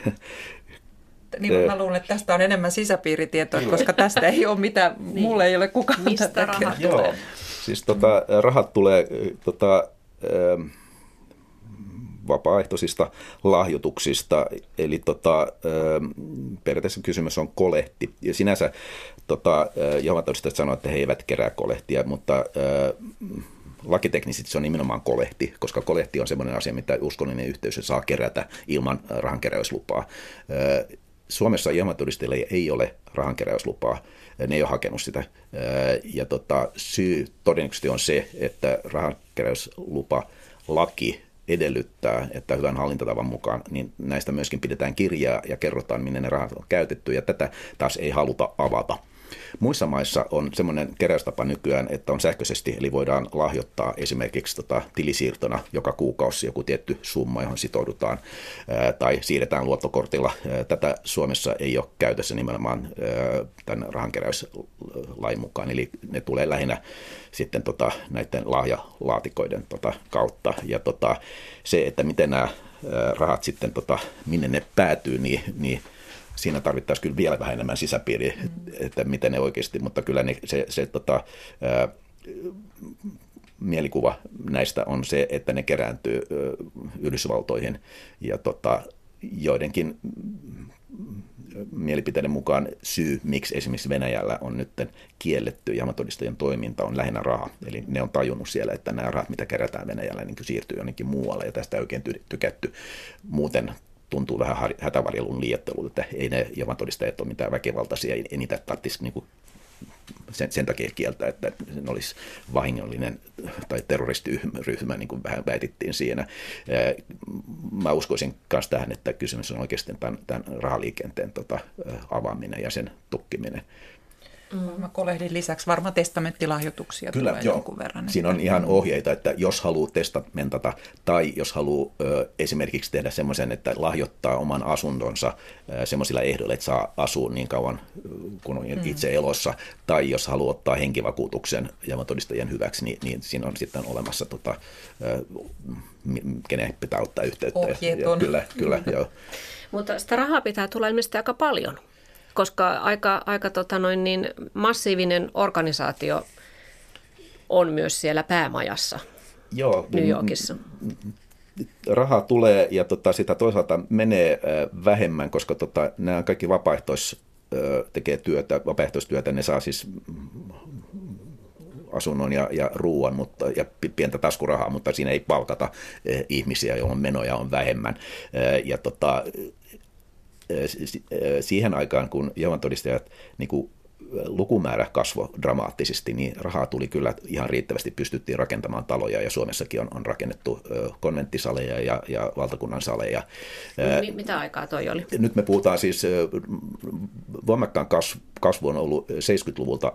Niin mä luulen, että tästä on enemmän sisäpiiritietoa, koska tästä ei ole mitään, niin. Mulle ei ole kukaan mistä tätä rahat kertoa. tulee? Joo, siis tota, rahat tulee tota, ähm, vapaaehtoisista lahjoituksista, eli tota, periaatteessa kysymys on kolehti. Ja sinänsä tota, Jehovan todistajat sanoo, että he eivät kerää kolehtia, mutta lakiteknisesti se on nimenomaan kolehti, koska kolehti on semmoinen asia, mitä uskonnollinen yhteisö saa kerätä ilman rahankeräyslupaa. Suomessa Jehovan todistajilla ei ole rahankeräyslupaa, ne ei ole hakenut sitä. Ja tota, syy todennäköisesti on se, että rahankeräyslupa laki edellyttää, että hyvän hallintotavan mukaan, niin näistä myöskin pidetään kirjaa ja kerrotaan, minne ne rahat on käytetty, ja tätä taas ei haluta avata. Muissa maissa on semmoinen keräystapa nykyään, että on sähköisesti, eli voidaan lahjoittaa esimerkiksi tota, tilisiirtona joka kuukausi joku tietty summa, johon sitoudutaan, ää, tai siirretään luottokortilla. Ää, tätä Suomessa ei ole käytössä nimenomaan ää, tämän rahankeräyslain mukaan, eli ne tulee lähinnä sitten tota, näiden lahjalaatikoiden tota, kautta. Ja tota, se, että miten nämä ää, rahat sitten, tota, minne ne päätyy, niin, niin siinä tarvittaisiin kyllä vielä vähän enemmän sisäpiiriä, mm. että miten ne oikeasti, mutta kyllä ne, se, se tota, ää, mielikuva näistä on se, että ne kerääntyy Yhdysvaltoihin ja tota, joidenkin mielipiteiden mukaan syy, miksi esimerkiksi Venäjällä on nyt kielletty jahmatodistajien toiminta, on lähinnä raha. Eli ne on tajunnut siellä, että nämä rahat, mitä kerätään Venäjällä, niin siirtyy jonnekin muualle ja tästä ei oikein tykätty. Muuten tuntuu vähän hätävarjelun liiottelulta, että ei ne jahmatodistajat ole mitään väkivaltaisia, ei niitä tarvitsisi niin kuin Sen, sen takia kieltä, että se olisi vahingollinen tai terroristiryhmä, niin kuin vähän väitettiin siinä. Mä uskoisin myös tähän, että kysymys on oikeasti tämän, tämän rahaliikenteen tota, avaaminen ja sen tukkiminen. Mm. Mä kolehdin lisäksi varmaan testamenttilahjoituksia Kyllä, tulee joo. jonkun verran. Siinä on ihan ohjeita, että jos haluaa testamentata tai jos haluaa ö, esimerkiksi tehdä semmoisen, että lahjoittaa oman asuntonsa ö, semmoisilla ehdoilla, että saa asua niin kauan kun on mm. itse elossa, tai jos haluaa ottaa henkivakuutuksen jahmatodistajien hyväksi, niin, niin siinä on sitten olemassa, tota, ö, kenen pitää ottaa yhteyttä. Ohjeet on. Kyllä, kyllä, joo. Mutta sitä rahaa pitää tulla ilmeisesti aika paljon, koska aika, aika tota noin niin massiivinen organisaatio on myös siellä päämajassa Joo, New Yorkissa. Rahaa tulee ja tota, sitä toisaalta menee vähemmän, koska tota, nämä kaikki vapaaehtois tekee työtä, vapaaehtoistyötä, ne saa siis asunnon ja, ja ruoan mutta, ja pientä taskurahaa, mutta siinä ei palkata ihmisiä, jolloin menoja on vähemmän. Ja tota, siihen aikaan, kun Jehovan todistajat niin kuin lukumäärä kasvoi dramaattisesti, niin rahaa tuli kyllä ihan riittävästi, pystyttiin rakentamaan taloja ja Suomessakin on, on rakennettu konventtisaleja ja, ja valtakunnan saleja. No, mitä aikaa toi oli? Nyt me puhutaan siis, voimakkaan kasvu on ollut seitsemänkymmentäluvulta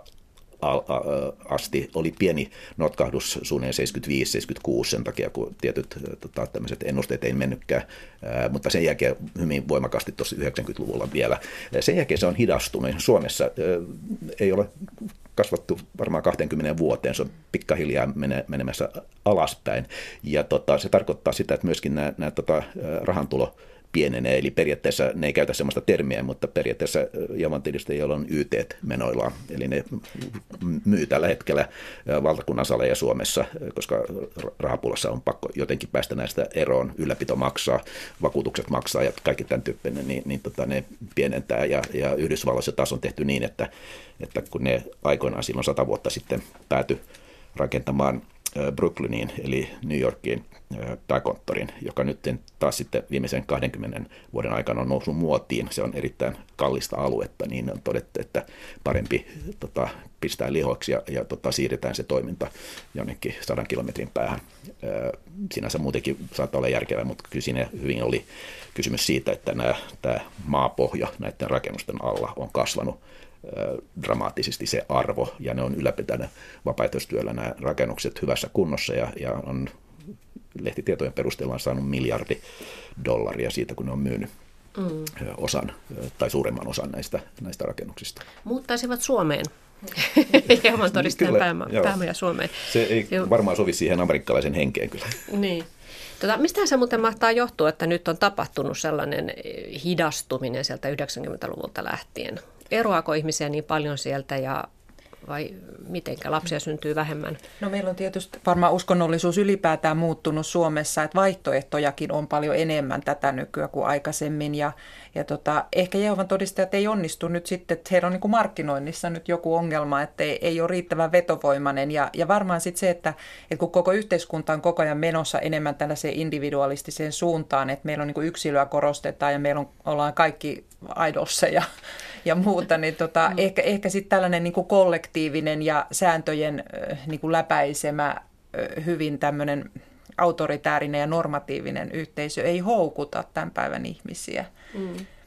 asti, oli pieni notkahdus suunnilleen seitsemänkymmentäviisi seitsemänkymmentäkuusi sen takia, kun tietyt tota, tämmöiset ennusteet ei mennytkään, ää, mutta sen jälkeen hyvin voimakkaasti tuossa yhdeksänkymmentäluvulla vielä. Sen jälkeen se on hidastunut. Suomessa ää, ei ole kasvattu varmaan kaksikymmentä vuoteen, se on pikkahiljaa mene, menemässä alaspäin, ja tota, se tarkoittaa sitä, että myöskin nämä, nämä tota, rahantulo pienenee, eli periaatteessa ne ei käytä sellaista termiä, mutta periaatteessa jahmatodistajilla on Y T menoillaan, eli ne myy tällä hetkellä valtakunnan saleja Suomessa, koska rahapulassa on pakko jotenkin päästä näistä eroon, ylläpito maksaa, vakuutukset maksaa ja kaikki tämän tyyppinen, niin, niin tota, ne pienentää, ja, ja Yhdysvalloissa taas on tehty niin, että, että kun ne aikoinaan silloin sata vuotta sitten päätyi rakentamaan Brooklyniin, eli New Yorkiin, pääkonttorin, joka nyt taas sitten viimeisen kahdenkymmenen vuoden aikana on noussut muotiin. Se on erittäin kallista aluetta, niin on todettu, että parempi tota, pistää lihoiksi ja, ja tota, siirretään se toiminta jonnekin sadan kilometrin päähän. Sinänsä muutenkin saattaa olla järkevää, mutta kyllä siinä hyvin oli kysymys siitä, että nämä, tämä maapohja näiden rakennusten alla on kasvanut dramaattisesti se arvo, ja ne on ylläpitänyt vapaaehtoistyöllä nämä rakennukset hyvässä kunnossa, ja, ja on lehtitietojen perusteella on saanut miljardi dollaria siitä, kun ne on myynyt mm. osan tai suuremman osan näistä, näistä rakennuksista. Muuttaisivat Suomeen. Jehovan todistajan pääma, päämaja Suomeen. Se ei Joo. varmaan sovi siihen amerikkalaisen henkeen kyllä. Niin. Tota, mistähän se muuten mahtaa johtua, että nyt on tapahtunut sellainen hidastuminen sieltä yhdeksänkymmentäluvulta lähtien? Eroako ihmisiä niin paljon sieltä ja vai mitenkä lapsia syntyy vähemmän? No meillä on tietysti varmaan uskonnollisuus ylipäätään muuttunut Suomessa, että vaihtoehtojakin on paljon enemmän tätä nykyään kuin aikaisemmin. Ja, ja tota, ehkä Jehovan todistajat ei onnistu nyt sitten, että heillä on niin kuin markkinoinnissa nyt joku ongelma, että ei, ei ole riittävän vetovoimainen. Ja, ja varmaan sitten se, että, että kun koko yhteiskunta on koko ajan menossa enemmän tällaiseen individualistiseen suuntaan, että meillä on niin kuin yksilöä korostetaan ja meillä on, ollaan kaikki idolseja ja muuta, niin tota, mm. ehkä, ehkä sitten tällainen niin kuin kollektiivinen ja sääntöjen niin kuin läpäisemä, hyvin tämmöinen autoritäärinen ja normatiivinen yhteisö ei houkuta tämän päivän ihmisiä. Mm.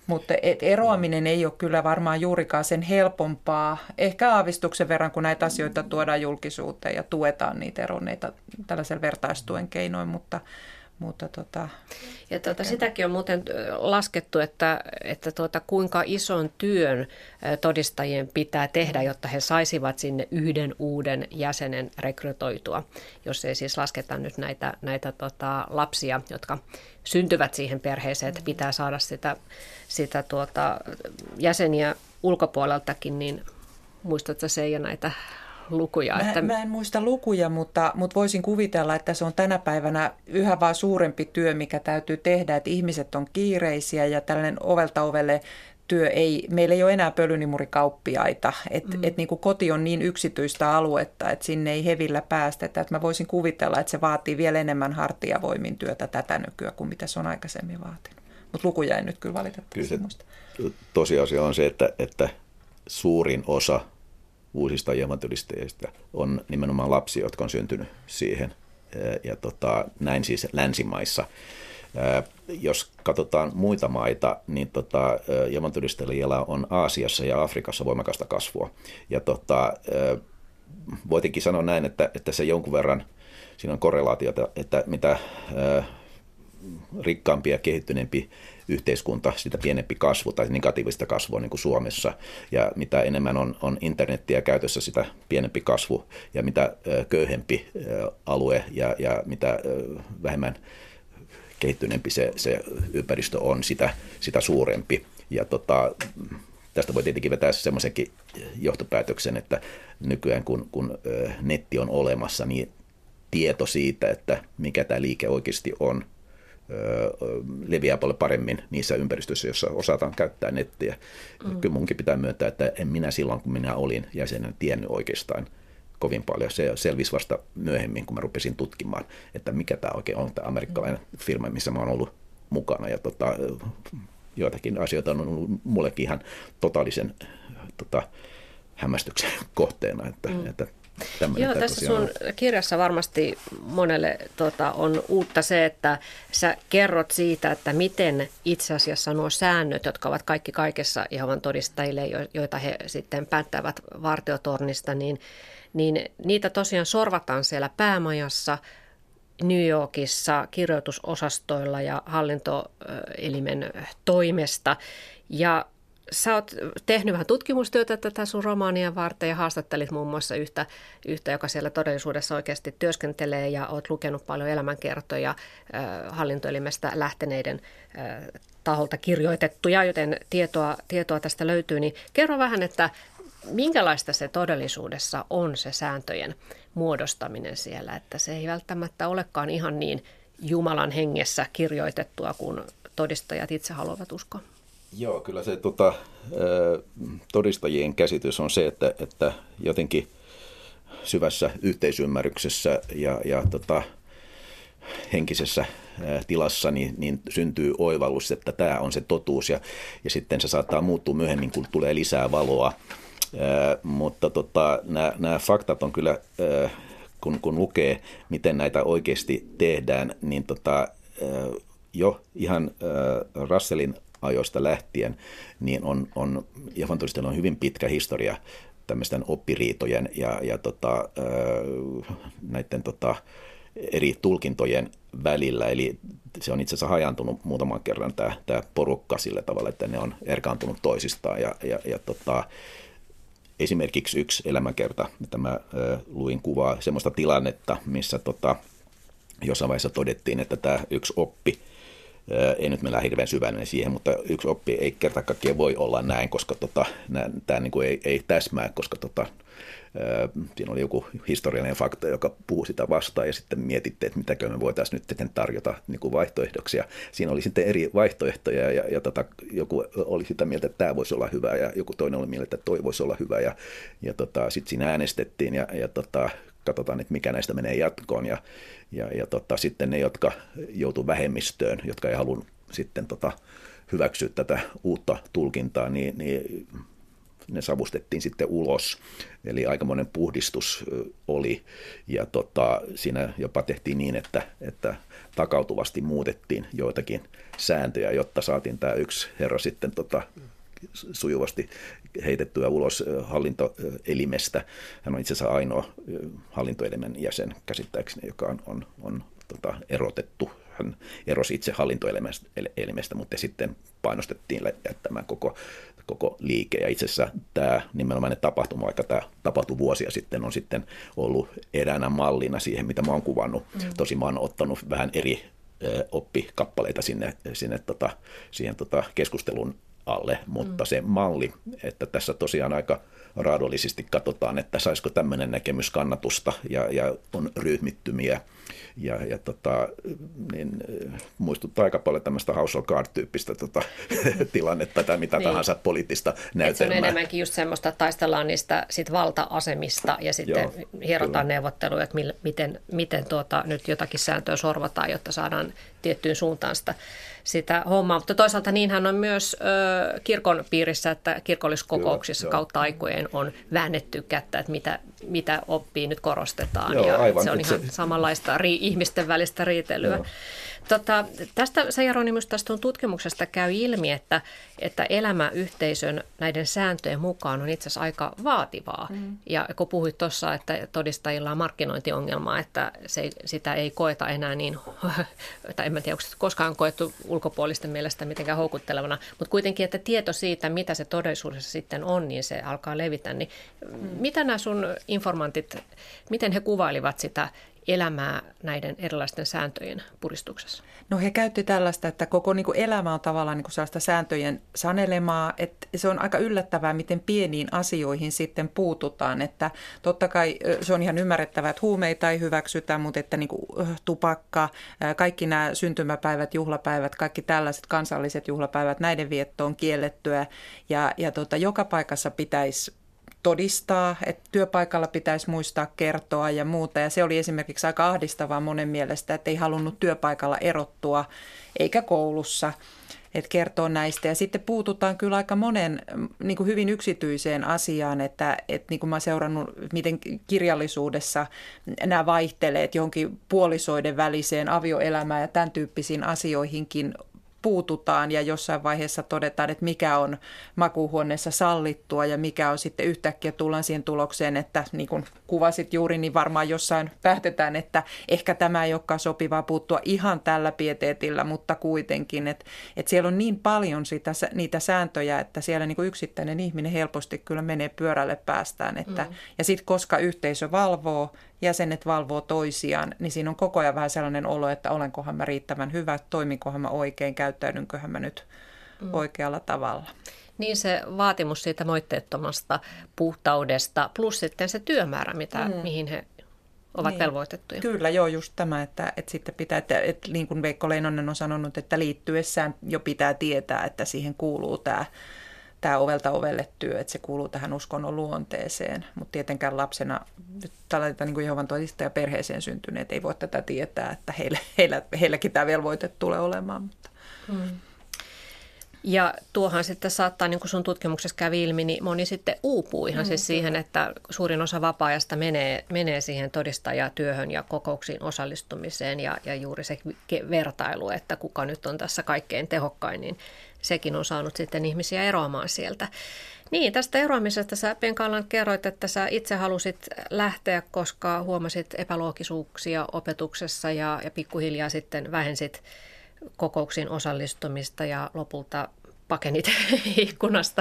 Mutta et eroaminen ei ole kyllä varmaan juurikaan sen helpompaa. Ehkä aavistuksen verran, kun näitä asioita tuodaan julkisuuteen ja tuetaan niitä eronneita tällaisella vertaistuen keinoin, mutta Mutta tota, ja tuota, sitäkin on muuten laskettu, että, että tuota, kuinka ison työn todistajien pitää tehdä, jotta he saisivat sinne yhden uuden jäsenen rekrytoitua, jos ei siis lasketa nyt näitä, näitä tota, lapsia, jotka syntyvät siihen perheeseen, että pitää saada sitä, sitä tuota, jäseniä ulkopuoleltakin, niin muistatko Seija näitä lukuja? Mä, että... mä en muista lukuja, mutta, mutta voisin kuvitella, että se on tänä päivänä yhä vaan suurempi työ, mikä täytyy tehdä, että ihmiset on kiireisiä ja tällainen ovelta ovelle työ ei, meillä ei ole enää pölynimurikauppiaita, että mm. et niin kuin koti on niin yksityistä aluetta, että sinne ei hevillä päästetä, että mä voisin kuvitella, että se vaatii vielä enemmän hartiavoimin työtä tätä nykyään kuin mitä se on aikaisemmin vaatinut, mutta lukuja en nyt kyllä valitettavasti muista. Tosiasia on se, että, että suurin osa uusista jehovan-todistajista on nimenomaan lapsia, jotka on syntynyt siihen. Ja tota, näin siis länsimaissa. Jos katsotaan muita maita, niin tota, jehovan-todistajilla on Aasiassa ja Afrikassa voimakasta kasvua. Ja tota, voitinkin sanoa näin, että, että se jonkun verran, siinä on korrelaatiota, että mitä rikkaampi ja kehittyneempi yhteiskunta, sitä pienempi kasvu tai negatiivista kasvua niin kuin Suomessa. Ja mitä enemmän on, on internettiä käytössä, sitä pienempi kasvu. Ja mitä ö, köyhempi ö, alue ja, ja mitä ö, vähemmän kehittyneempi se, se ympäristö on, sitä, sitä suurempi. Ja tota, tästä voi tietenkin vetää semmoisenkin johtopäätöksen, että nykyään kun, kun ö, netti on olemassa, niin tieto siitä, että mikä tämä liike oikeasti on, leviää paljon paremmin niissä ympäristöissä, joissa osataan käyttää nettiä. Mm. Kyllä munkin pitää myöntää, että en minä silloin, kun minä olin jäsenen, tiennyt oikeastaan kovin paljon. Se selvisi vasta myöhemmin, kun mä rupesin tutkimaan, että mikä tämä oikein on, tämä amerikkalainen firma, missä mä oon ollut mukana. Ja tota, joitakin asioita on ollut mullekin ihan totaalisen tota, hämmästyksen kohteena, että, mm. että Joo, tässä sun on. Kirjassa varmasti monelle tota, on uutta se, että sä kerrot siitä, että miten itse asiassa nuo säännöt, jotka ovat kaikki kaikessa Jehovan todistajille, joita he sitten päättävät vartiotornista, niin, niin niitä tosiaan sorvataan siellä päämajassa, New Yorkissa, kirjoitusosastoilla ja hallintoelimen toimesta. Ja sä oot tehnyt vähän tutkimustyötä tätä sun romaania varten ja haastattelit muun muassa yhtä, yhtä, joka siellä todellisuudessa oikeasti työskentelee ja oot lukenut paljon elämänkertoja äh, hallintoelimestä lähteneiden äh, taholta kirjoitettuja, joten tietoa, tietoa tästä löytyy. Niin kerro vähän, että minkälaista se todellisuudessa on se sääntöjen muodostaminen siellä, että se ei välttämättä olekaan ihan niin Jumalan hengessä kirjoitettua kuin todistajat itse haluavat uskoa. Joo, kyllä se tota, todistajien käsitys on se, että, että jotenkin syvässä yhteisymmärryksessä ja, ja tota, henkisessä tilassa niin, niin syntyy oivallus, että tämä on se totuus ja, ja sitten se saattaa muuttua myöhemmin, kun tulee lisää valoa. Ää, mutta tota, nämä, nämä faktat on kyllä, ää, kun, kun lukee, miten näitä oikeasti tehdään, niin tota, ää, jo ihan ää, Russellin ajoista lähtien, niin on, on Jehovan todistajilla on hyvin pitkä historia tämmöisten oppiriitojen ja, ja tota, näiden tota, eri tulkintojen välillä. Eli se on itse asiassa hajantunut muutaman kerran tämä, tämä porukka sillä tavalla, että ne on erkaantunut toisistaan. Ja, ja, ja tota, esimerkiksi yksi elämänkerta, mitä mä ö, luin kuvaa semmoista tilannetta, missä tota, jossain vaiheessa todettiin, että tämä yksi oppi, ei nyt mennä hirveän syvällinen siihen, mutta yksi oppi ei kerta kaikkiaan voi olla näin, koska tota, tämä niin ei, ei täsmää, koska tota, ää, siinä oli joku historiallinen fakta, joka puhuu sitä vastaan ja sitten mietitte, että mitäkö me voitaisiin nyt sitten tarjota niin kuin vaihtoehdoksi. Ja siinä oli sitten eri vaihtoehtoja ja, ja tota, joku oli sitä mieltä, että tämä voisi olla hyvä ja joku toinen oli mieltä, että toi voisi olla hyvä ja, ja tota, sitten siinä äänestettiin ja, ja tota, katsotaan, että mikä näistä menee jatkoon ja, ja, ja tota, sitten ne, jotka joutuu vähemmistöön, jotka ei halunnut sitten tota, hyväksyä tätä uutta tulkintaa, niin, niin ne savustettiin sitten ulos. Eli aikamoinen puhdistus oli, ja tota, siinä jopa tehtiin niin, että, että takautuvasti muutettiin joitakin sääntöjä, jotta saatiin tämä yksi herra sitten tota, sujuvasti heitettyä ulos hallintoelimestä. Hän on itse asiassa ainoa hallintoelimen jäsen käsittääkseni, joka on, on, on tota, erotettu. Hän erosi itse hallintoelimestä, mutta sitten painostettiin jättämään koko, koko liike. Ja itse asiassa tämä nimenomainen tapahtuma, vaikka tämä tapahtui vuosia sitten, on sitten ollut eräänä mallina siihen, mitä mä oon kuvannut. Mm. Tosin mä oon ottanut vähän eri oppikappaleita sinne, sinne tota, siihen tota keskustelun alle, mutta mm. se malli, että tässä tosiaan aika raadollisesti katsotaan, että saisiko tämmöinen näkemys kannatusta ja, ja on ryhmittymiä ja, ja tota, niin, muistuttaa aika paljon tämmöistä House of Cards-tyyppistä tota, tilannetta tai mitä niin. tahansa poliittista näytelmää. Et se on enemmänkin just semmoista, että taistellaan niistä sit valta-asemista ja sitten Joo, hierotaan kyllä. neuvotteluja, että miten, miten tuota, nyt jotakin sääntöä sorvataan, jotta saadaan tiettyyn suuntaan sitä, sitä hommaa. Mutta toisaalta niinhän on myös ö, kirkon piirissä, että kirkolliskokouksissa Kyllä, kautta aikojen on väännetty kättä, että mitä, mitä oppia nyt korostetaan. Joo, ja aivan, se on ihan se... samanlaista ri, ihmisten välistä riitelyä. Tota, tästä sä Jeronimus, tästä sun tutkimuksesta käy ilmi, että, että elämä yhteisön näiden sääntöjen mukaan on itse asiassa aika vaativaa. Mm. Ja kun puhuit tuossa, että todistajilla on markkinointiongelmaa, että se, sitä ei koeta enää niin, tai en mä tiedä, onko se koskaan koettu ulkopuolisten mielestä mitenkään houkuttelevana, mutta kuitenkin, että tieto siitä, mitä se todellisuudessa sitten on, niin se alkaa levitä. Niin mm. mitä nämä sun informantit, miten he kuvailivat sitä elämää näiden erilaisten sääntöjen puristuksessa? No he käytti tällaista, että koko niin kuin elämä on tavallaan niin kuin sellaista sääntöjen sanelemaa, että se on aika yllättävää, miten pieniin asioihin sitten puututaan, että totta kai se on ihan ymmärrettävää, että huumeita ei hyväksytä, mutta että niin kuin tupakka, kaikki nämä syntymäpäivät, juhlapäivät, kaikki tällaiset kansalliset juhlapäivät, näiden vietto on kiellettyä ja, ja tota, joka paikassa pitäisi todistaa, että työpaikalla pitäisi muistaa kertoa ja muuta. Ja se oli esimerkiksi aika ahdistavaa monen mielestä, että ei halunnut työpaikalla erottua eikä koulussa, että kertoo näistä. Ja sitten puututaan kyllä aika monen niin kuin hyvin yksityiseen asiaan, että, että niin kuin mä oon seurannut, miten kirjallisuudessa nämä vaihteleet johonkin puolisoiden väliseen avioelämään ja tämän tyyppisiin asioihinkin puututaan ja jossain vaiheessa todetaan, että mikä on makuuhuoneessa sallittua ja mikä on sitten yhtäkkiä tullaan siihen tulokseen, että niin kuin kuvasit juuri, niin varmaan jossain päätetään, että ehkä tämä ei olekaan sopivaa puuttua ihan tällä pieteetillä, mutta kuitenkin, että, että siellä on niin paljon sitä, niitä sääntöjä, että siellä niin kuin yksittäinen ihminen helposti kyllä menee pyörälle päästään. Että, mm. Ja sitten koska yhteisö valvoo, jäsenet valvoo toisiaan, niin siinä on koko ajan vähän sellainen olo, että olenkohan mä riittävän hyvä, toiminkohan mä oikein, käyttäydynköhän mä nyt mm. oikealla tavalla. Niin se vaatimus siitä moitteettomasta puhtaudesta plus sitten se työmäärä, mitä, mm. mihin he ovat niin. velvoitettuja. Kyllä, joo, just tämä, että, että sitten pitää, että, että niin kuin Veikko Leinonen on sanonut, että liittyessään jo pitää tietää, että siihen kuuluu tämä tämä ovelta ovelle työ, että se kuuluu tähän uskonnon luonteeseen, mutta tietenkään lapsena tällainen niin kuin Jehovan todistaja perheeseen syntyneet ei voi tätä tietää, että heillä, heillä, heilläkin tämä velvoite tulee olemaan. Mutta. Hmm. Ja tuohan sitten saattaa, niin kuin sun tutkimuksessa kävi ilmi, niin moni sitten uupuu ihan mm, siis siihen, että suurin osa vapaa-ajasta menee, menee siihen todistajatyöhön ja kokouksiin osallistumiseen ja, ja juuri se vertailu, että kuka nyt on tässä kaikkein tehokkain, niin sekin on saanut sitten ihmisiä eroamaan sieltä. Niin, tästä eroamisesta sä, Penka-Allan, kerroit, että sä itse halusit lähteä, koska huomasit epäloogisuuksia opetuksessa ja, ja pikkuhiljaa sitten vähensit kokouksiin osallistumista ja lopulta pakenit ikkunasta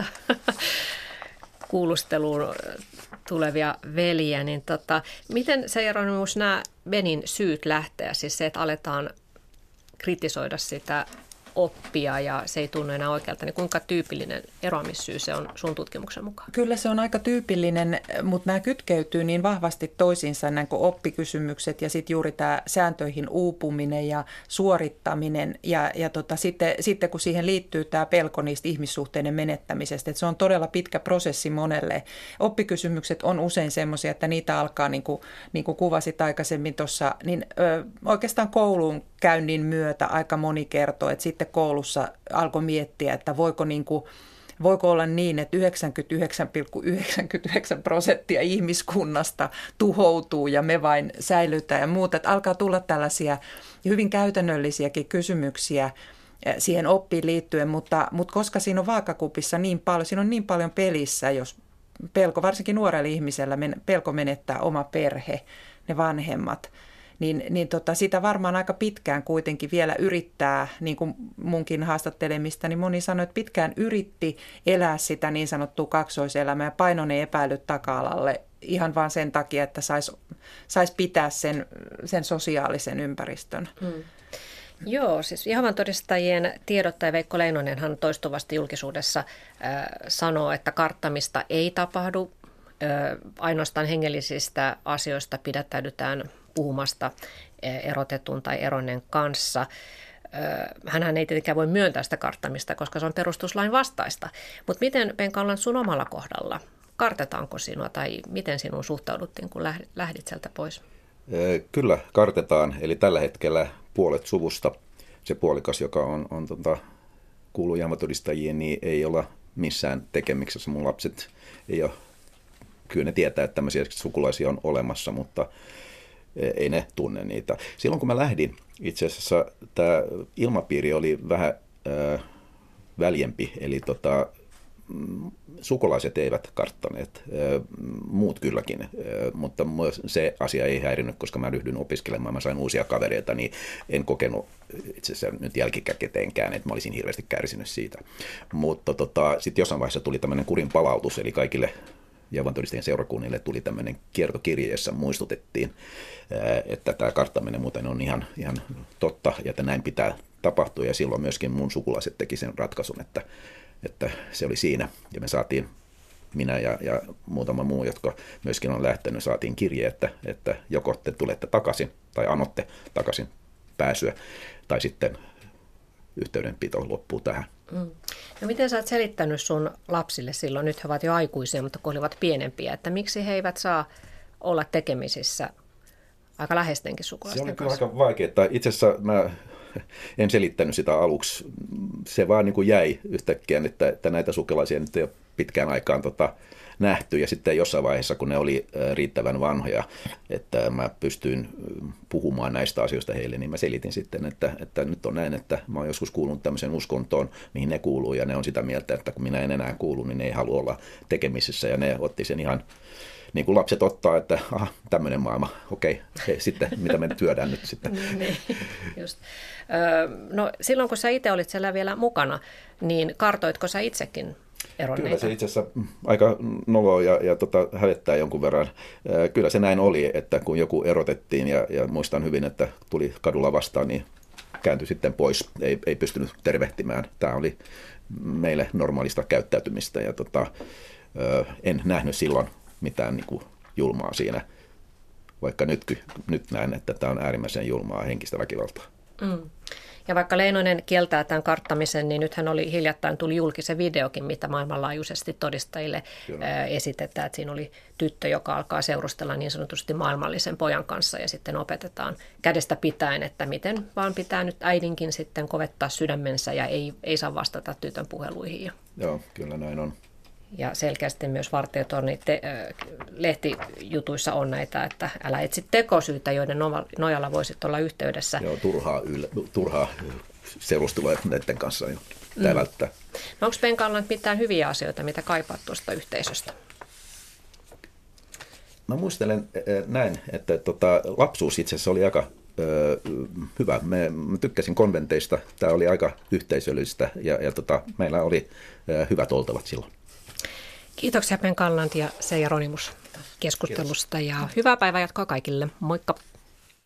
kuulusteluun tulevia veljiä. Niin tota, miten se Jeronimus nämä Benin syyt lähteä, siis se, että aletaan kritisoida sitä oppia ja se ei tunnu enää oikealta, niin kuinka tyypillinen eroamissyy se on sun tutkimuksen mukaan? Kyllä se on aika tyypillinen, mutta nämä kytkeytyy niin vahvasti toisiinsa nämä oppikysymykset ja sitten juuri tämä sääntöihin uupuminen ja suorittaminen ja, ja tota, sitten, sitten kun siihen liittyy tämä pelko niistä ihmissuhteiden menettämisestä, että se on todella pitkä prosessi monelle. Oppikysymykset on usein semmoisia, että niitä alkaa, niin kuin, niin kuin kuvasit aikaisemmin tuossa, niin ö, oikeastaan koulun käynnin myötä aika moni kertoo, että sitten koulussa alkoi miettiä, että voiko niin kuin voiko olla niin, että yhdeksänkymmentäyhdeksän pilkku yhdeksänkymmentäyhdeksän prosenttia ihmiskunnasta tuhoutuu ja me vain säilytään ja muuta. Että alkaa tulla tällaisia hyvin käytännöllisiäkin kysymyksiä siihen oppiin liittyen, mutta, mutta koska siinä on vaakakupissa niin paljon, siinä on niin paljon pelissä, jos pelko, varsinkin nuorella ihmisellä, pelko menettää oma perhe, ne vanhemmat, niin, niin tota, sitä varmaan aika pitkään kuitenkin vielä yrittää, niin kuin munkin haastattelemista, niin moni sanoi, että pitkään yritti elää sitä niin sanottua kaksoiselämää ja painoi ne epäilyt taka-alalle ihan vaan sen takia, että saisi sais pitää sen, sen sosiaalisen ympäristön. Hmm. Joo, siis Jehovan todistajien tiedottaja Veikko Leinonenhan toistuvasti julkisuudessa äh, sanoo, että karttamista ei tapahdu. Äh, ainoastaan hengellisistä asioista pidättäydytään puhumasta erotetun tai eronneen kanssa. Äh, hänhän ei tietenkään voi myöntää sitä karttamista, koska se on perustuslain vastaista. Mutta miten, Penka-Allan, sun omalla kohdalla? Kartetaanko sinua tai miten sinun suhtauduttiin, kun lähdit sieltä pois? Kyllä, kartetaan. Eli tällä hetkellä puolet suvusta, se puolikas, joka on, on tota, kuuluu Jehovan todistajiin, niin ei olla missään tekemiksessä. Mun lapset ei ole, kyllä ne tietää, että tämmöisiä sukulaisia on olemassa, mutta ei ne tunne niitä. Silloin kun mä lähdin, itse asiassa tämä ilmapiiri oli vähän äh, väljempi, eli tota, sukulaiset eivät karttaneet, muut kylläkin, mutta se asia ei häirinyt, koska mä ryhdyin opiskelemaan, mä sain uusia kavereita, niin en kokenut itse asiassa nyt jälkikäteenkään, että mä olisin hirveästi kärsinyt siitä. Mutta tota, sitten jossain vaiheessa tuli tämmöinen kurin palautus, eli kaikille Jehovan todistajien seurakunnille tuli tämmöinen kiertokirje, jossa muistutettiin, että tämä karttaminen muuten on ihan, ihan totta ja että näin pitää tapahtua, ja silloin myöskin mun sukulaiset teki sen ratkaisun, että että se oli siinä, ja me saatiin, minä ja, ja muutama muu, jotka myöskin on lähtenyt, saatiin kirje, että, että joko te tulette takaisin, tai anotte takaisin pääsyä, tai sitten yhteydenpito loppuu tähän. Mm. No miten sä oot selittänyt sun lapsille silloin, nyt he ovat jo aikuisia, mutta kun olivat pienempiä, että miksi he eivät saa olla tekemisissä aika läheistenkin sukulaisten kanssa? Se kanssa? on aika vaikeaa. Itse asiassa mä en selittänyt sitä aluksi. Se vaan niin kuin jäi yhtäkkiä, että, että näitä sukulaisia nyt ei ole pitkään aikaan tota, nähty. Ja sitten jossain vaiheessa, kun ne oli riittävän vanhoja, että mä pystyin puhumaan näistä asioista heille, niin mä selitin sitten, että, että nyt on näin, että mä oon joskus kuulunut tämmöisen uskontoon, mihin ne kuuluu. Ja ne on sitä mieltä, että kun minä en enää kuulu, niin ne ei halua olla tekemisissä. Ja ne otti sen ihan niin kuin lapset ottaa, että aha, tämmöinen maailma, okei, hei, sitten mitä me työdään nyt sitten. Niin, just. No silloin kun sä itse olit siellä vielä mukana, niin kartoitko sä itsekin eronneita? Kyllä se itse asiassa aika noloa ja, ja tota, hävettää jonkun verran. Kyllä se näin oli, että kun joku erotettiin ja, ja muistan hyvin, että tuli kadulla vastaan, niin kääntyi sitten pois, ei, ei pystynyt tervehtimään. Tämä oli meille normaalista käyttäytymistä ja tota, en nähnyt silloin mitään niin kuin julmaa siinä, vaikka nyt, nyt näen, että tämä on äärimmäisen julmaa henkistä väkivaltaa. Mm. Ja vaikka Leinonen kieltää tämän karttamisen, niin nythän oli hiljattain tuli julki se videokin, mitä maailmanlaajuisesti todistajille ää, esitetään. Että siinä oli tyttö, joka alkaa seurustella niin sanotusti maailmallisen pojan kanssa ja sitten opetetaan kädestä pitäen, että miten vaan pitää nyt äidinkin sitten kovettaa sydämensä ja ei, ei saa vastata tytön puheluihin. Joo, kyllä näin on. Ja selkeästi myös Vartiotorni te, lehtijutuissa on näitä, että älä etsi tekosyytä, joiden nojalla voisit olla yhteydessä. Joo, turhaa, yl, turhaa seurustelua näiden kanssa jo pitää mm. välttää. No onko Penka-Allan mitään hyviä asioita, mitä kaipaat tuosta yhteisöstä? Mä muistelen näin, että tota, lapsuus itse asiassa oli aika ö, hyvä. Mä, mä tykkäsin konventeista, tämä oli aika yhteisöllistä ja, ja tota, meillä oli ö, hyvät oltavat silloin. Kiitoksia Penka-Allan ja Seija Ronimus keskustelusta. Kiitos. Ja hyvää päivää jatkoa kaikille. Moikka!